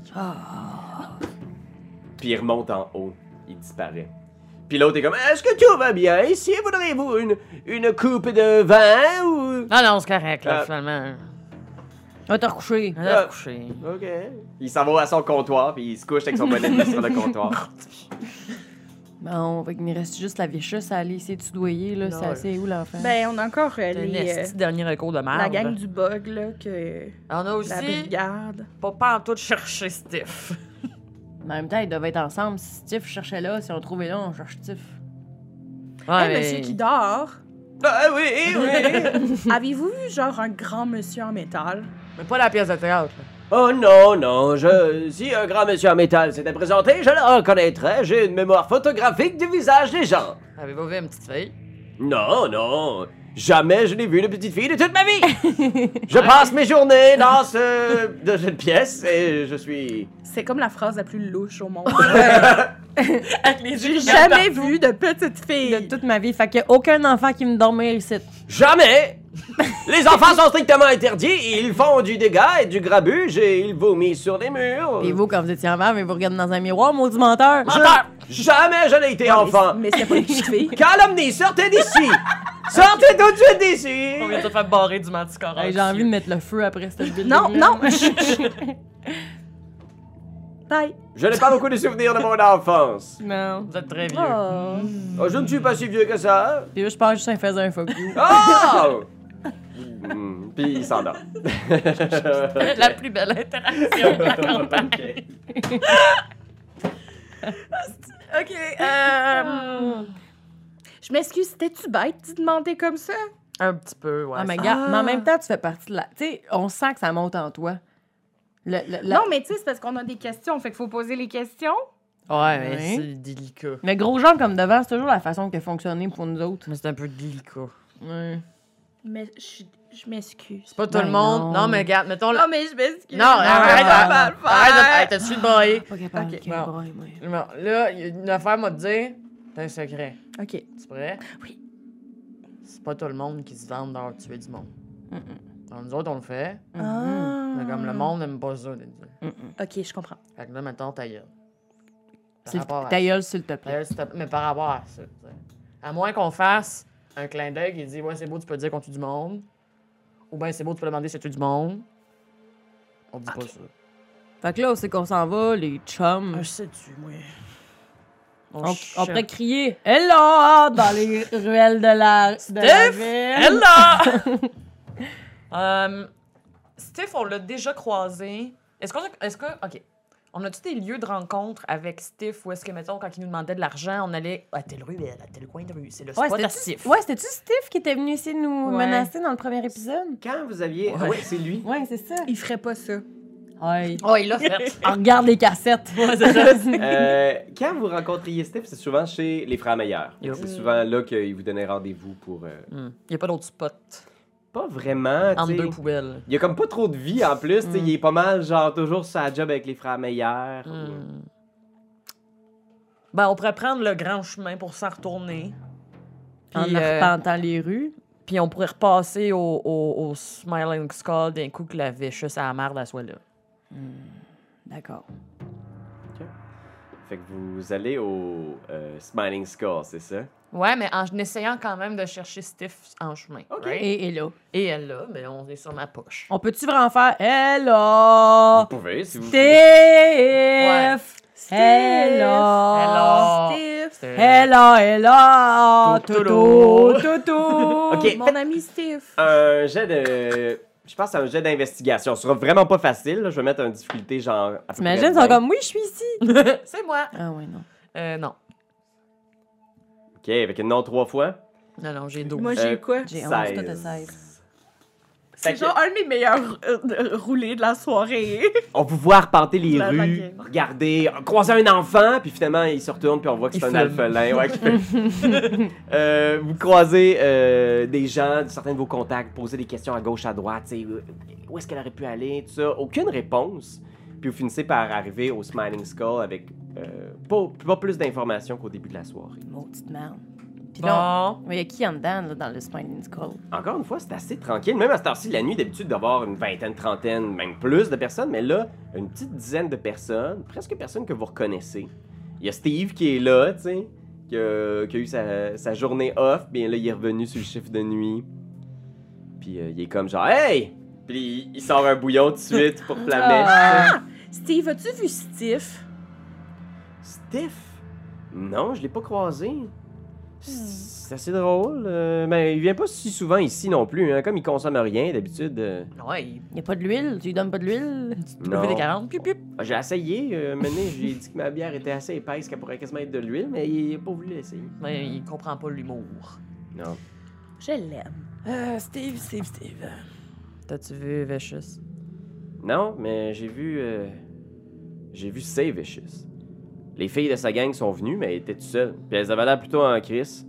Puis il remonte en haut, il disparaît. Puis l'autre est comme, est-ce que tout va bien ici? Voudrez-vous une, une coupe de vin ou. Non, non, c'est correct, là, Ah. finalement. Va te recoucher. On a couché. Ok. Il s'en va à son comptoir, puis il se couche avec son bonnet de nuit sur le comptoir. Bon, fait qu'il me reste juste la viechusse à aller essayer de soudoyer, là. Non, C'est assez où, l'enfant? Ben, on a encore euh, C'est un les, euh, esti dernier recours de merde. la gang du bug, là, que On a la aussi brigade. pas, pas en tout chercher Steph. Mais en même temps, ils doivent être ensemble. Si Steve cherchait là, si on le trouvait là, on cherche Steve. Ouais, Hey, monsieur qui dort, Ah oui, oui. avez-vous vu, genre, un grand monsieur en métal? Mais pas la pièce de théâtre. là. Oh non, non, je... si un grand monsieur en métal s'était présenté, je le reconnaîtrais. J'ai une mémoire photographique du visage des gens. Avez-vous vu une petite fille? Non, non. Jamais je n'ai vu une petite fille de toute ma vie. Je passe mes journées dans ce... dans cette pièce et je suis... C'est comme la phrase la plus louche au monde. Avec les J'ai jamais vu de petite fille. De toute ma vie. Fait qu'il y a aucun enfant qui me dormir ici. Jamais! Les enfants sont strictement interdits. Ils font du dégât et du grabuge et ils vomissent sur les murs. Et vous, quand vous étiez enfant, mais vous regardez dans un miroir, maudit menteur. Je- Jamais je n'ai été enfant. Mais c'est pas une petite fille. Calomnie, sortez d'ici! Sortez tout de suite d'ici! On vient de te faire barrer du manticore. Hey, J'ai envie de mettre le feu après cette building. Non, non. Bye. Je n'ai pas beaucoup de souvenirs de mon enfance. Non. Vous êtes très vieux. Oh. Oh, je ne suis pas si vieux que ça. Puis là, je pense juste que ça faisait un fuck you. Oh! Hmm, Puis il s'endort. La plus belle interaction de la campagne. Ok, euh... Je m'excuse, c'était-tu bête d'y demander comme ça? Un petit peu, ouais. Ah, mais ça- gars, Ah. mais en même temps, tu fais partie de la. Tu sais, on sent que ça monte en toi. Le, le- la- Non, mais tu sais, c'est parce qu'on a des questions, fait qu'il faut poser les questions. Ouais, mais Ouais. c'est délicat. Mais gros gens comme devant, c'est toujours la façon que fonctionner pour nous autres. Mais c'est un peu délicat. Ouais. Mais je, je m'excuse. C'est pas tout Ben le monde. non. Non, mais regarde, mettons... Non, mais je m'excuse. Non, arrête, on arrête, va le faire. arrête, de- hey, t'as-tu de brailler? Pas capable. Ok, Ok, bon. braille, moi. Non, là, il y a une affaire, moi, te dire, t'as un secret. OK. Tu es prêt? Oui. C'est pas tout le monde qui se vante d'avoir tué du monde. Mm-mm. Alors, nous autres, on le fait, Mhm. mais comme le monde n'aime pas ça, de le dire. Mm-mm. OK, je comprends. Fait que là, mettons, ta gueule. Par S'il- rapport à Ta gueule, s'il te Ta plaît. gueule, s'il te plaît, mais par rapport à ça, tu sais. À moins qu'on fasse un clin d'œil qui dit, ouais, c'est beau, tu peux dire qu'on tue du monde. Ou bien, c'est beau, tu peux demander si tu tues du monde. On dit pas ça. Fait que là, c'est qu'on s'en va, les chums. Ah, je sais-tu, moi. On, on pourrait crier « Hello! » dans les ruelles de la, de la Steph! ville. Hello! euh, Steph, on l'a déjà croisé. Est-ce qu'on a- Est-ce que. OK. On a-tu des lieux de rencontre avec Steph où est-ce que, mettons, quand il nous demandait de l'argent, on allait à telle rue, à tel coin de rue? C'est le Ouais, spot à c'était-tu Steph. ouais, c'était-tu Steve qui était venu essayer de nous Ouais. menacer dans le premier épisode? Quand vous aviez... Ah Ouais. ouais, c'est lui. Ouais, c'est ça. Il ferait pas ça. Ouais. Oh, il l'a fait. On regarde les cassettes. Ouais, c'est ça. Euh, quand vous rencontriez Steph, c'est souvent chez les Frères Meilleurs. Yup. C'est souvent là qu'ils vous donnaient rendez-vous pour... euh, Il n'y a pas d'autre spot. Pas vraiment, Entre tu sais. deux poubelles. Il y a comme pas trop de vie en plus, tu sais. Mm. Il est pas mal, genre, toujours sur la job avec les Frères Meilleurs. Hmm. Ben, on pourrait prendre le grand chemin pour s'en retourner. En Puis, euh, arpentant les rues. Puis on pourrait repasser au, au, au Smiling Skull d'un coup que la vécheuse à la merde elle soit là. D'accord. Fait que vous allez au euh, Smiling Skull, c'est ça? Ouais, mais en essayant quand même de chercher Steph en chemin. OK. right? Et, et là. Et elle là, mais on est sur ma poche. On peut-tu vraiment faire Hello! Vous pouvez, si vous Steve! Hello! Hello! Steve. C'est- Hello, hello! Toutou. Toutou, toutou! OK. Mon ami Steve. Un jet de... Je pense à un jet d'investigation. Ce sera vraiment pas facile, là. Je vais mettre une difficulté genre... à peu T'imagines, près ils sont vingt. comme, oui, je suis ici! C'est moi! Ah ouais, non. Euh, non. OK, avec une non trois fois. Non, non, j'ai douze. Moi, j'ai Euh, quoi? J'ai onze, toi t'as seize. C'est genre un de mes meilleurs euh, euh, roulés de la soirée. On vous voit arpenter les La rues, baguette. regarder, croiser un enfant, puis finalement, il se retourne, puis on voit que Il c'est un filme. alphelin. Ouais, qui fait- Euh, vous croisez euh, des gens, certains de vos contacts, posez des questions à gauche, à droite, tu sais, euh, où est-ce qu'elle aurait pu aller, tout ça. Aucune réponse. Puis vous finissez par arriver au Smiling Skull avec euh, pas, pas plus d'informations qu'au début de la soirée. Maudite merde. Puis là, Bon. il y a qui en dedans, là, dans le Smiling Skull? Encore une fois, c'est assez tranquille. Même à cette heure-ci, la nuit, d'habitude, d'avoir une vingtaine, trentaine, même plus de personnes. Mais là, une petite dizaine de personnes, presque personne que vous reconnaissez. Il y a Steve qui est là, tu sais, qui a, qui a eu sa, sa journée off. Bien là, il est revenu sur le chiffre de nuit. Puis euh, il est comme genre, hey! Puis il, il sort un bouillon tout de suite pour flammer. Ah! Steve, as-tu vu Steve? Steve? Non, je l'ai pas croisé. C'est assez drôle. euh, mais il vient pas si souvent ici non plus. Hein. Comme il consomme rien d'habitude. euh, Ouais, il Il n'y a pas de l'huile? Tu lui donnes pas de l'huile? non. W quarante. Piup, piup. Ah, j'ai essayé. Euh, maintenant, j'ai dit que ma bière était assez épaisse qu'elle pourrait quasiment être de l'huile, mais il a pas voulu l'essayer. Mais il comprend pas l'humour. Non. Je l'aime. Euh, Steve, Steve, Steve. T'as-tu vu Vicious? Non, mais j'ai vu. euh, J'ai vu Save Vicious. Les filles de sa gang sont venues, mais elle était toute seule. Puis elles avaient l'air plutôt en crise.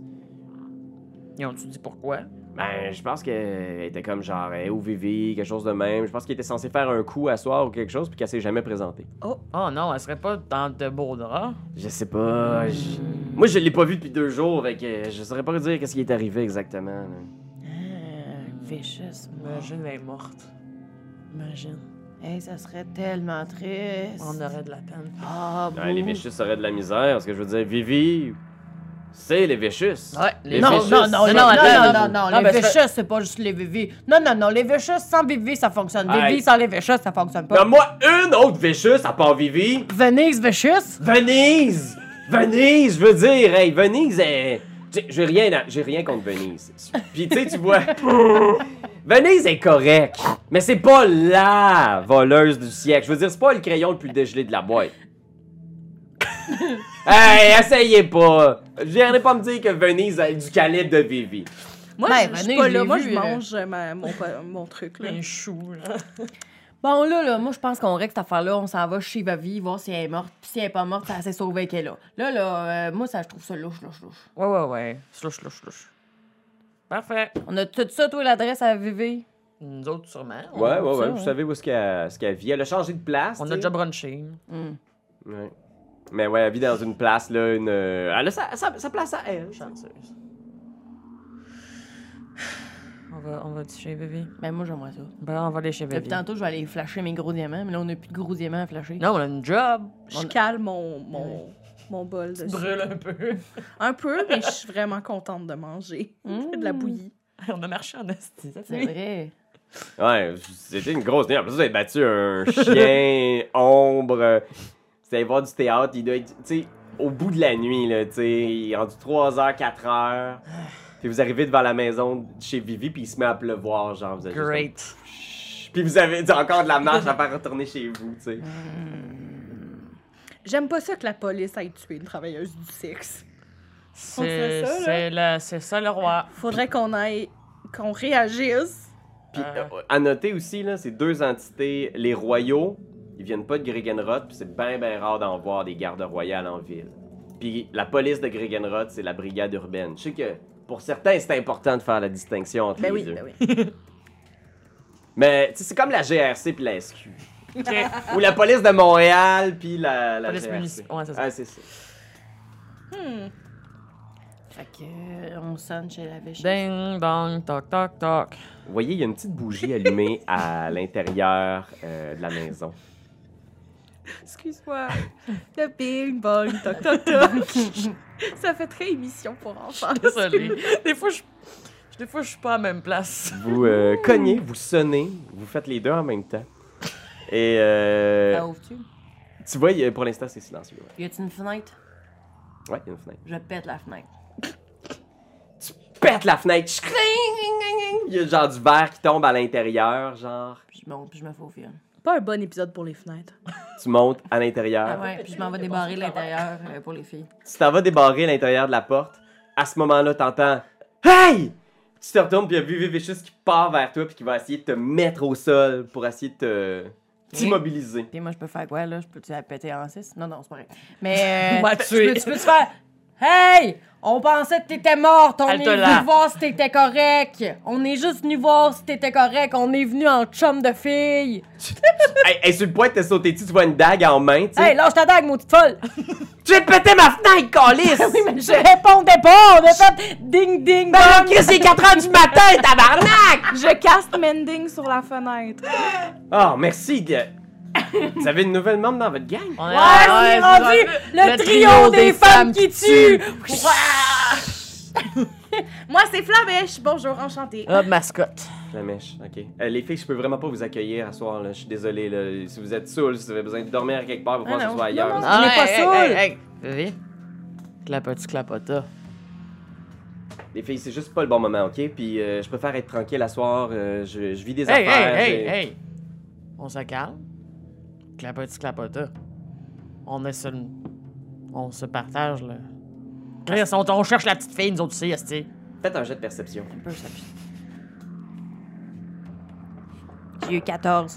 Ils ont-tu dit pourquoi? Ben, je pense qu'elle était comme genre, hey, où Vivi, quelque chose de même. Je pense qu'il était censé faire un coup à soir ou quelque chose, puis qu'elle s'est jamais présentée. Oh non, elle serait pas dans de beaux draps. Je sais pas. je- Moi, je l'ai pas vu depuis deux jours, fait que je saurais pas dire qu'est-ce qui est arrivé exactement. là. Ah, vicious. Imagine, elle est morte. Imagine. Hey, ça serait tellement triste. On aurait de la peine. Ah, Ouais, les bouh. Vicious auraient de la misère, parce que je veux dire, Vivi, c'est les Vicious. Ouais, Les Non, Vicious, non, non, Non, les- non, non, attends, non, attends. non, non, Non, les ben, c'est- Vicious, c'est pas juste les Vivi. Non, non, non, les Vicious, sans Vivi, ça fonctionne. Vivi Hey. sans les Vicious, ça fonctionne pas. Donne-moi une autre Vicious à part Vivi. Venise Vicious? Venise! Venise, je veux dire, hey, Venise est... J'ai j'ai rien, à- j'ai rien contre Venise. Puis tu sais, tu vois... Venise est correcte, mais c'est pas la voleuse du siècle. Je veux dire, c'est pas le crayon le plus dégelé de la boîte. Hey, essayez pas! Je viendrai pas me dire que Venise a du calibre de Vivi. Moi, Ben, je- je suis venez, pas je là. l'ai Moi, vu, je là. mange euh, ma- mon, pa- mon truc, là. Un chou, là. Bon, là, là, moi, je pense qu'on règle cette affaire-là. On s'en va chez Vivi, voir si elle est morte. Puis si elle est pas morte, ça s'est sauvé qu'elle est là. Là, là, euh, moi, ça, je trouve ça louche, louche, louche. Ouais, ouais, ouais. Slush, slush, slush. Parfait. On a tout ça, toi, l'adresse à Vivi? Nous autres, sûrement. On, Ouais, ouais, ça, ouais, ouais. vous savez où est-ce qu'elle ce qu'elle vit. Elle a changé de place, on tu a sais. déjà brunché. Hum. Ouais. Mais ouais, elle vit dans une place, là, une... euh, Elle a sa, sa, sa place à elle. Chanceuse. On va, on va chez Vivi. Ben, moi, j'aimerais ça. Ben, on va aller chez Depuis Vivi. tantôt, je vais aller flasher mes gros diamants, mais là, on n'a plus de gros diamants à flasher. Non, on a une job. Je cale mon, mon, mon bol dessus. Brûle un peu. Un peu, mais je suis vraiment contente de manger. Mmh. De la bouillie. On a marché en esti. C'est vrai. Ouais, c'était une grosse nuit. Après ça, vous avez battu un chien, ombre. C'était allé voir du théâtre. Il doit être, tu sais, au bout de la nuit, là, tu sais. Il est rendu trois heures, quatre heures. Puis vous arrivez devant la maison de chez Vivi, puis il se met à pleuvoir, genre. Vous êtes juste Great. comme, Chut. Puis vous avez encore de la marche à faire retourner chez vous, tu sais. J'aime pas ça que la police aille tuer une travailleuse du sexe. C'est fait ça, là? c'est le- c'est ça le roi. Faudrait qu'on aille, qu'on réagisse. Puis Euh. euh, à noter aussi, là, ces deux entités, les royaux, ils viennent pas de Gregenrod, puis c'est bien, bien rare d'en voir des gardes royales en ville. Puis la police de Gregenrod, c'est la brigade urbaine. Je sais que pour certains, c'est important de faire la distinction entre Ben les oui, deux. ben oui. Mais tu sais, c'est comme la G R C puis la S Q. OK. Ou la police de Montréal puis la, la Police G R C. municipale. Ouais, c'est ça. Ah, c'est ça. Hmm. Fait que, euh, on sonne chez la Vicious. Ding, dong, toc, toc, toc. Vous voyez, il y a une petite bougie allumée à l'intérieur euh, de la maison. Excuse-moi. Le bing bong, toc toc toc. Ça fait très émission pour enfants. Désolée. Des fois, je... Des fois, je suis pas à la même place. Vous euh, cognez, vous sonnez, vous faites les deux en même temps. Et euh, Ça ouvre-tu? tu vois, il y a- pour l'instant, c'est silencieux. Ouais, Y a-t-il une fenêtre? Ouais, il y a une fenêtre. Je pète la fenêtre. Pète la fenêtre! Il y a genre du verre qui tombe à l'intérieur, genre. Puis je monte, puis je me faufile. Pas un bon épisode pour les fenêtres. Tu montes à l'intérieur. Ah ouais, puis je m'en vais débarrer l'intérieur euh, pour les filles. Tu t'en vas débarrer l'intérieur de la porte. À ce moment-là, t'entends Hey! Tu te retournes, puis il y a Vivi Vicious qui part vers toi, puis qui va essayer de te mettre au sol pour essayer de te t'immobiliser. Puis moi, je peux faire quoi, là? Je peux-tu la péter en six? Non, non, c'est pas vrai. Mais. Euh, On va tu tuer. peux- tu peux-tu faire. Hey! On pensait que t'étais morte. On Elle est te venu l'a. voir si t'étais correct. On est juste venu voir si t'étais correct. On est venu en chum de fille. Hey, hey, sur le point de te sauter dessus, tu vois une dague en main, tu sais. Hey, lâche ta dague, maudite folle. Tu viens de péter ma fenêtre, calice! Oui, mais je répondais pas. On a fait ding ding Ben dong. là, Chris, c'est quatre heures du matin, tabarnak! Je caste Mending sur la fenêtre. Oh, merci de... Vous avez une nouvelle membre dans votre gang? On Ouais, c'est rendu le, trio des, femmes qui tuent. Moi, c'est Flamèche. Bonjour, enchantée. Hop, mascotte. La mèche, ok. Euh, les filles, je peux vraiment pas vous accueillir à soir, là. Je suis désolé, là. Si vous êtes saouls, si vous avez besoin de dormir à quelque part, vous Ah pensez que non. ce soit ailleurs. Non, non. là. On est pas saoul. Hey, hey, hey. Clapotis, clapota. Les filles, c'est juste pas le bon moment, ok? Puis euh, je préfère être tranquille à soir. euh, je, je vis des Hey, affaires. hey, j'ai- hey, hey. On se calme. Clapotis, clapota. On est sur le- On se partage, là. Chris, on, on cherche la petite fille, nous autres aussi, esti. Faites un jet de perception. Un peu, ça pue. J'ai eu quatorze.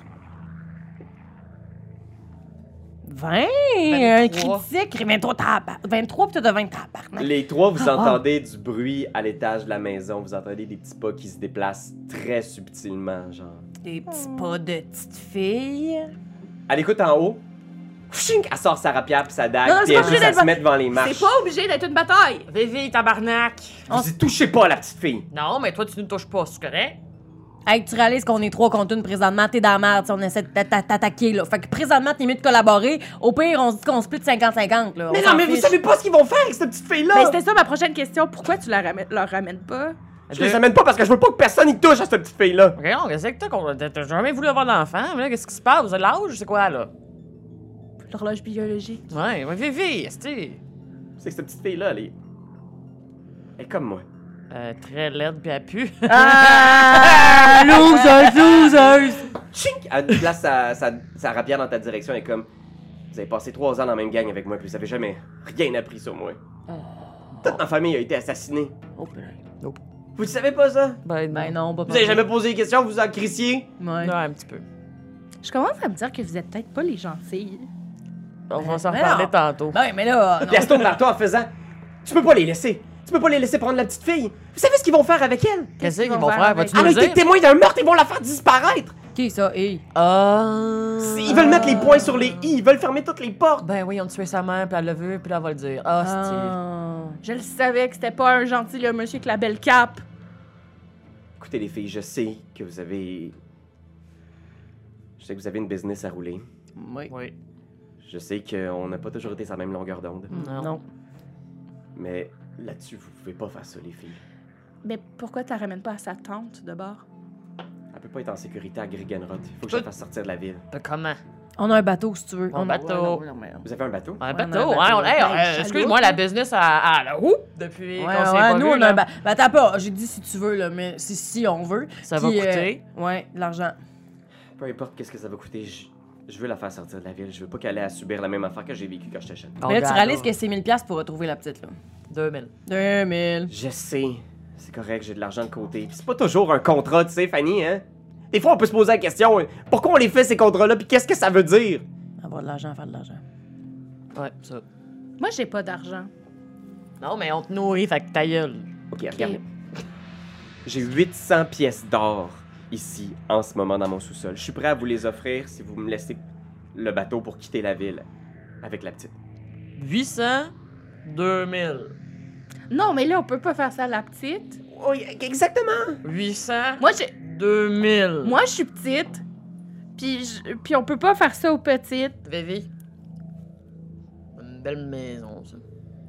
vingt, un vingt-trois. critique. vingt-trois, tabarnak. vingt-trois, pis t'as de vingt, tabarnak. Les trois, vous entendez du bruit à l'étage de la maison. Vous entendez des petits pas qui se déplacent très subtilement, genre. Des petits pas de petite fille. Elle écoute en haut. Chink, elle sort sa rapière pis sa dague, Non, non, puis c'est elle pas juste obligé à se d'être- mettre devant les marches. C'est pas obligé d'être une bataille. Vivi, tabarnak. Vous y touchez pas, la petite fille. Non, mais toi, tu ne touches pas, c'est correct? Hey, tu réalises qu'on est trois contre une présentement, t'es dans la merde, on essaie de t'a- t'attaquer, là. Fait que présentement, t'es mieux de collaborer. Au pire, on se dit qu'on split cinquante cinquante, là. On Mais s'en non, mais vous fiche. savez pas ce qu'ils vont faire avec cette petite fille-là! Mais c'était ça ma prochaine question. Pourquoi tu la ramènes, leur ramènes pas? Je les amène pas parce que je veux pas que personne y touche à cette petite fille-là. Ok, non, qu'est-ce que t'as qu'on- t'as t'as jamais voulu avoir d'enfant, mais là, qu'est-ce qui se passe? Vous avez l'âge, c'est quoi, là? L'horloge biologique. Ouais, ouais, Vivi, esti. C'est que cette petite fille-là, elle est... Elle est comme moi. Euh, très laide pis à pu. Ah! Loser, loser! Chink! Elle place sa, sa, sa rapière dans ta direction et comme... Vous avez passé trois ans dans la même gang avec moi, puis vous avez jamais rien appris sur moi. Toute ma famille a été assassinée. Oh, putain. Vous le savez pas, ça? Ben, Ben non, pas Vous avez jamais posé des questions, vous en crissiez? Ouais. Ouais, un petit peu. Je commence à me dire que vous êtes peut-être pas les gentilles. On va s'en Mais reparler non. tantôt. Ben, mais là, non. Puis elle se tourne vers toi en faisant... Tu peux pas les laisser. Tu peux pas les laisser prendre la petite fille. Vous savez ce qu'ils vont faire avec elle? Qu'est-ce qu'ils qu'ils vont vont faire? faire Vas-tu Elle nous a le été dire? témoin d'un meurtre, ils vont la faire disparaître. Qui ça, hey? Ah. Ils veulent mettre les points sur les i, ils veulent fermer toutes les portes. Ben oui, on a tué sa mère, puis elle l'a vu, puis là, elle va le dire. Ah, Ah. Je le savais que c'était pas un gentil, le monsieur avec la belle cape. Écoutez les filles, je sais que vous avez... Je sais que vous avez une business à rouler. Oui. Oui. Je sais qu'on n'a pas toujours été sur la même longueur d'onde. Non. Non. Mais là-dessus, vous pouvez pas faire ça, les filles. Mais pourquoi tu la ramènes pas à sa tante, de bord? Elle peut pas être en sécurité à Grigenrod. Il faut que je Toi- la fasse sortir de la ville. Ben, comment? On a un bateau, si tu veux. Un On a- bateau. Ouais, non, mais- Vous avez un bateau? Un Ouais, bateau, on ouais. a un On, bateau. hey, Ben, euh, chaloupe. excuse-moi, la business à, à la roue depuis Ouais, qu'on ouais, s'est pas nous, vu, on a là. un bateau. Ben, attends pas, j'ai dit si tu veux, là, mais si, si on veut. Ça va Puis, coûter. euh, ouais, de l'argent. Peu importe qu'est-ce que ça va coûter, je, je veux la faire sortir de la ville. Je veux pas qu'elle ait à subir la même affaire que j'ai vécu quand j'étais jeune. On Mais là, tu garde, réalises là. que c'est mille piastres pour retrouver la petite, là. deux mille. deux mille. Je sais. C'est correct, j'ai de l'argent de côté. Puis c'est pas toujours un contrat, tu sais, Fanny, hein? Des fois, on peut se poser la question, pourquoi on les fait, ces contrats-là, puis qu'est-ce que ça veut dire? Avoir de l'argent, faire de l'argent. Ouais, ça. Moi, j'ai pas d'argent. Non, mais on te nourrit, fait que ta gueule. Ok, regarde. J'ai huit cents pièces d'or ici, en ce moment, dans mon sous-sol. Je suis prêt à vous les offrir si vous me laissez le bateau pour quitter la ville avec la petite. huit cents, deux mille. Non, mais là, on peut pas faire ça à la petite. Oui, exactement! huit cents, Moi, j'ai... deux mille. Moi, je suis petite. Puis, je- puis on peut pas faire ça aux petites. Vivi. Une belle maison, ça.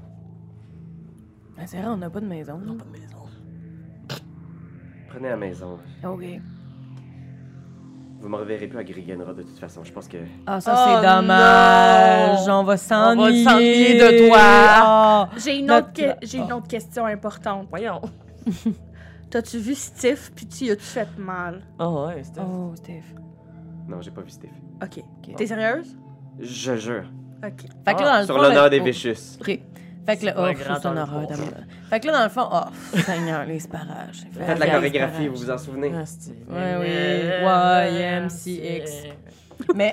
Ben, c'est vrai, on n'a pas de maison. Non, pas de maison. Prenez la maison. OK. Vous me reverrez plus à Grigenra de toute façon. Je pense que... Ah, ça, Oh, c'est dommage. non. On va s'ennuyer. s'ennuyer de toi. Ah. J'ai une, Notre- autre que- j'ai une autre question importante. Voyons. T'as-tu vu Steve, puis tu y as-tu fait mal? Oh, ouais, c'était. Oh, Steve. Non, j'ai pas vu Steve. OK. Ok. T'es sérieuse? Je jure. OK. Fait que là, dans le Sur fond, l'honneur le- des oh, Vicious. OK. Fait que là, C'est pas oh, grand c'est un dans le horreur fond. d'amour. Fait que là, dans le fond, oh, Seigneur, les sparages. Faites la chorégraphie, vous vous en souvenez? Ah, c'est- Ouais, oui. Y M C X. Mais.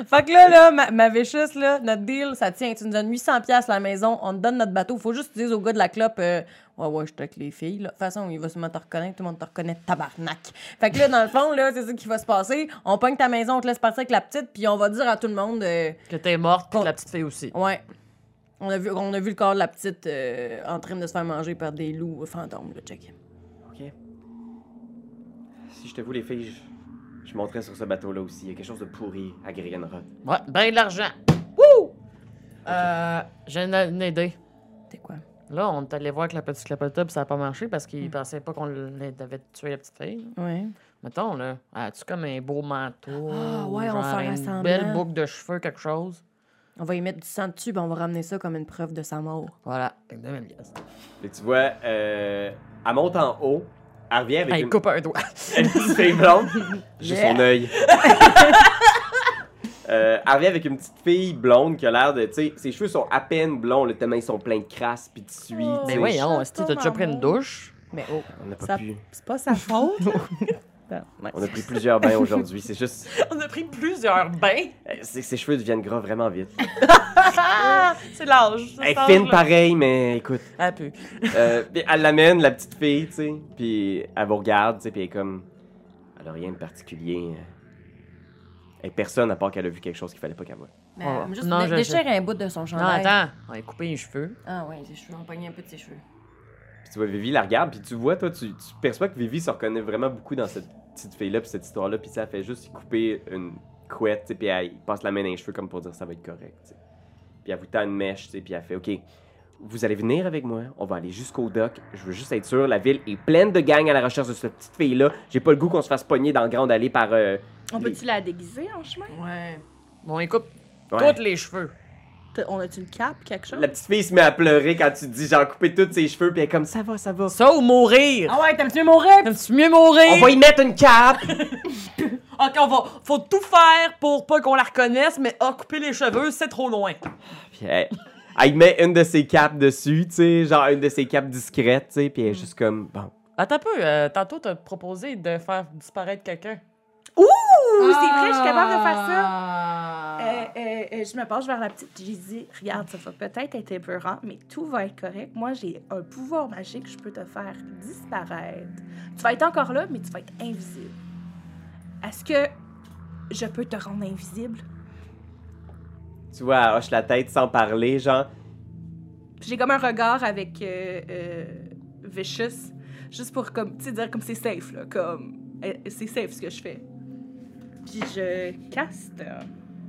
Fait que là, là, ma, ma Vicious, là, notre deal, ça tient. Tu nous donnes huit cents piastres la maison, on te donne notre bateau. Faut juste que tu dises au gars de la clope, euh, ouais, ouais, je suis avec les filles. Là. De toute façon, il va sûrement te reconnaître, tout le monde te reconnaît, tabarnak. Fait que là, dans le fond, là, c'est ça qui va se passer. On pogne ta maison, on te laisse partir avec la petite, puis on va dire à tout le monde. Euh, Que t'es morte, pis que la petite fille aussi. ouais. On a, vu, on a vu le corps de la petite euh, en train de se faire manger par des loups fantômes, là, check. OK. Si je te vous les filles, je, je monterais sur ce bateau-là aussi. Il y a quelque chose de pourri à Grienrod. Ouais, ben de l'argent. Wouh! Euh, j'ai une, une idée. C'est quoi? Là, on est allé voir avec la petite clopetta, pis ça a pas marché parce qu'il pensait pas qu'on avait tué la petite fille. Ouais. Mettons, là, as-tu comme un beau manteau? Ah, ouais, on genre ferait une semblant. belle boucle de cheveux, quelque chose. On va y mettre du sang dessus, puis on va ramener ça comme une preuve de sa mort. Voilà, avec deux mille piastres. Et tu vois, euh, elle monte en haut, elle revient avec Hey, une, coupe un doigt. une petite fille blonde. J'ai Yeah. son œil. Euh, elle revient avec une petite fille blonde qui a l'air de, tu sais, ses cheveux sont à peine blonds, là, tellement ils sont pleins de crasse pis de suie. Oh. tu sais. Mais voyons, est-ce que Chaton t'as déjà pris une d'amour. douche? Mais oh. On n'a pas Ça- pu. C'est pas sa faute. On a pris plusieurs bains aujourd'hui. C'est juste, On a pris plusieurs bains. euh, c'est que ses cheveux deviennent gras vraiment vite. C'est l'âge. Elle est fine pareil, mais écoute. Un peu. Euh, puis elle l'amène, la petite fille, tu sais. Puis elle vous regarde, tu sais, puis elle est comme. Elle a rien de particulier. Elle est personne à part qu'elle a vu quelque chose qu'il fallait pas qu'elle voie. Mais, Oh. euh, juste Non, dé- je- déchire un bout de son Non, chandail. attends. On va couper les cheveux. Ah ouais, ses cheveux. On pogne un peu de ses cheveux. Puis tu vois, Vivi la regarde, puis tu vois, toi, tu, tu perçois que Vivi se reconnaît vraiment beaucoup dans cette petite fille-là, puis cette histoire-là, puis ça elle fait juste y couper une couette, tu sais, puis elle passe la main dans les cheveux comme pour dire ça va être correct, tu sais. Puis elle vous tend une mèche, tu sais, puis elle fait OK, vous allez venir avec moi, on va aller jusqu'au dock, je veux juste être sûr, la ville est pleine de gangs à la recherche de cette petite fille-là, j'ai pas le goût qu'on se fasse pogner dans la grande allée par. Euh, On les- peut-tu la déguiser en chemin? Ouais. Bon, on coupe Ouais. tous les cheveux. T'as- On a-tu une cape, quelque chose? La petite fille se met à pleurer quand tu te dis j'ai coupé tous ses cheveux, puis elle est comme ça va, ça va. Ça ou mourir? Ah ouais, t'aimes-tu mieux mourir? T'aimes-tu mieux mourir? On va y mettre une cape! Ok, on va. Faut tout faire pour pas qu'on la reconnaisse, mais ah, couper les cheveux, c'est trop loin. Puis elle, elle met une de ses capes dessus, tu sais, genre une de ses capes discrètes, tu sais, puis elle est juste comme, bon. Attends un peu, euh, tantôt t'as proposé de faire disparaître quelqu'un. Ouh, c'est vrai, je suis capable de faire ça. Ah. Euh, euh, euh, je me penche vers la petite. J'ai dit, regarde, ça va peut-être être épeurant, mais tout va être correct. Moi, j'ai un pouvoir magique, je peux te faire disparaître. Tu vas être encore là, mais tu vas être invisible. Est-ce que je peux te rendre invisible? Tu vois, elle hoche la tête sans parler, genre. Puis j'ai comme un regard avec euh, euh, Vicious, juste pour comme, tu sais, dire comme c'est safe, là, comme, euh, c'est safe ce que je fais. Puis je caste euh,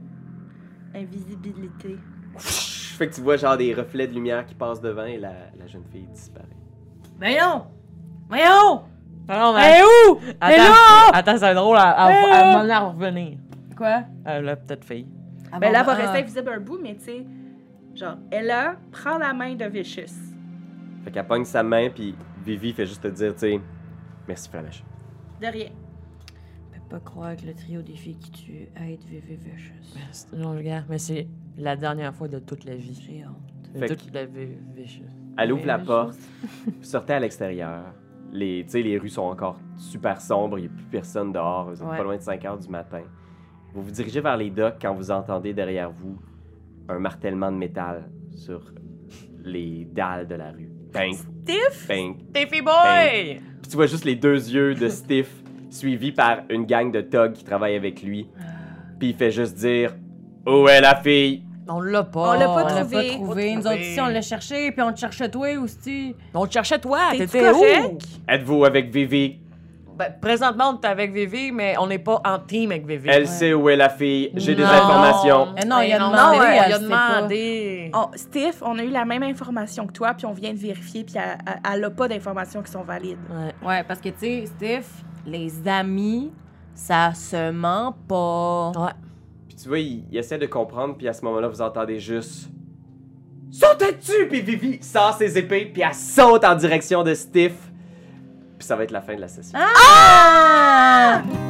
invisibilité. Fait que tu vois genre des reflets de lumière qui passent devant et la, la jeune fille disparaît. Voyons! Voyons! Ah non, Mais où? Attends, Mais là! attends, c'est drôle, elle, elle, Mais elle là! m'en a revenir. Quoi? Euh, la petite fille. Ah Ben bon, là, elle va ah. rester invisible un bout, mais tu sais, genre, Ella prend la main de Vicious. Fait qu'elle pogne sa main, puis Vivi fait juste te dire, tu sais, merci Flamèche. De rien. Je peux pas croire que le trio des filles qui tuent aide Vivi Vicious. Non, regarde, mais c'est la dernière fois de toute la vie. J'ai honte. De Fait toute la vie. vie- Elle ouvre la Oui, porte, vous sortez à l'extérieur. Les, tu sais, les rues sont encore super sombres, il n'y a plus personne dehors, vous êtes Ouais. pas loin de cinq heures du matin. Vous vous dirigez vers les docks quand vous entendez derrière vous un martèlement de métal sur les dalles de la rue. Bang, Stiff? bang. Tiffy boy! Puis tu vois juste les deux yeux de Stiff suivis par une gang de thugs qui travaillent avec lui. Puis il fait juste dire « Où est la fille? On l'a pas. On l'a pas On l'a trouvé. pas trouvé. Nous trouvé. autres ici, on l'a cherché, puis on te cherchait toi aussi. On te cherchait toi, T'es-tu t'étais où? correct? Êtes-vous avec Vivi? Ben, présentement, on est avec Vivi, mais on n'est pas en team avec Vivi. Elle sait où est la fille. J'ai des Non. informations. Eh non, il a Ben demandé, non, elle il a sait demandé. Oh, Stiff, on a eu la même information que toi, puis on vient de vérifier, puis elle, elle, elle a pas d'informations qui sont valides. Ouais. Ouais, parce que, tu sais, Steph, les amis, ça se ment pas. Ouais. Puis tu vois, il, il essaie de comprendre, puis à ce moment-là, vous entendez juste « Sautez dessus! » Puis Vivi sort ses épées, puis elle saute en direction de Stiff. Puis ça va être la fin de la session. Ah!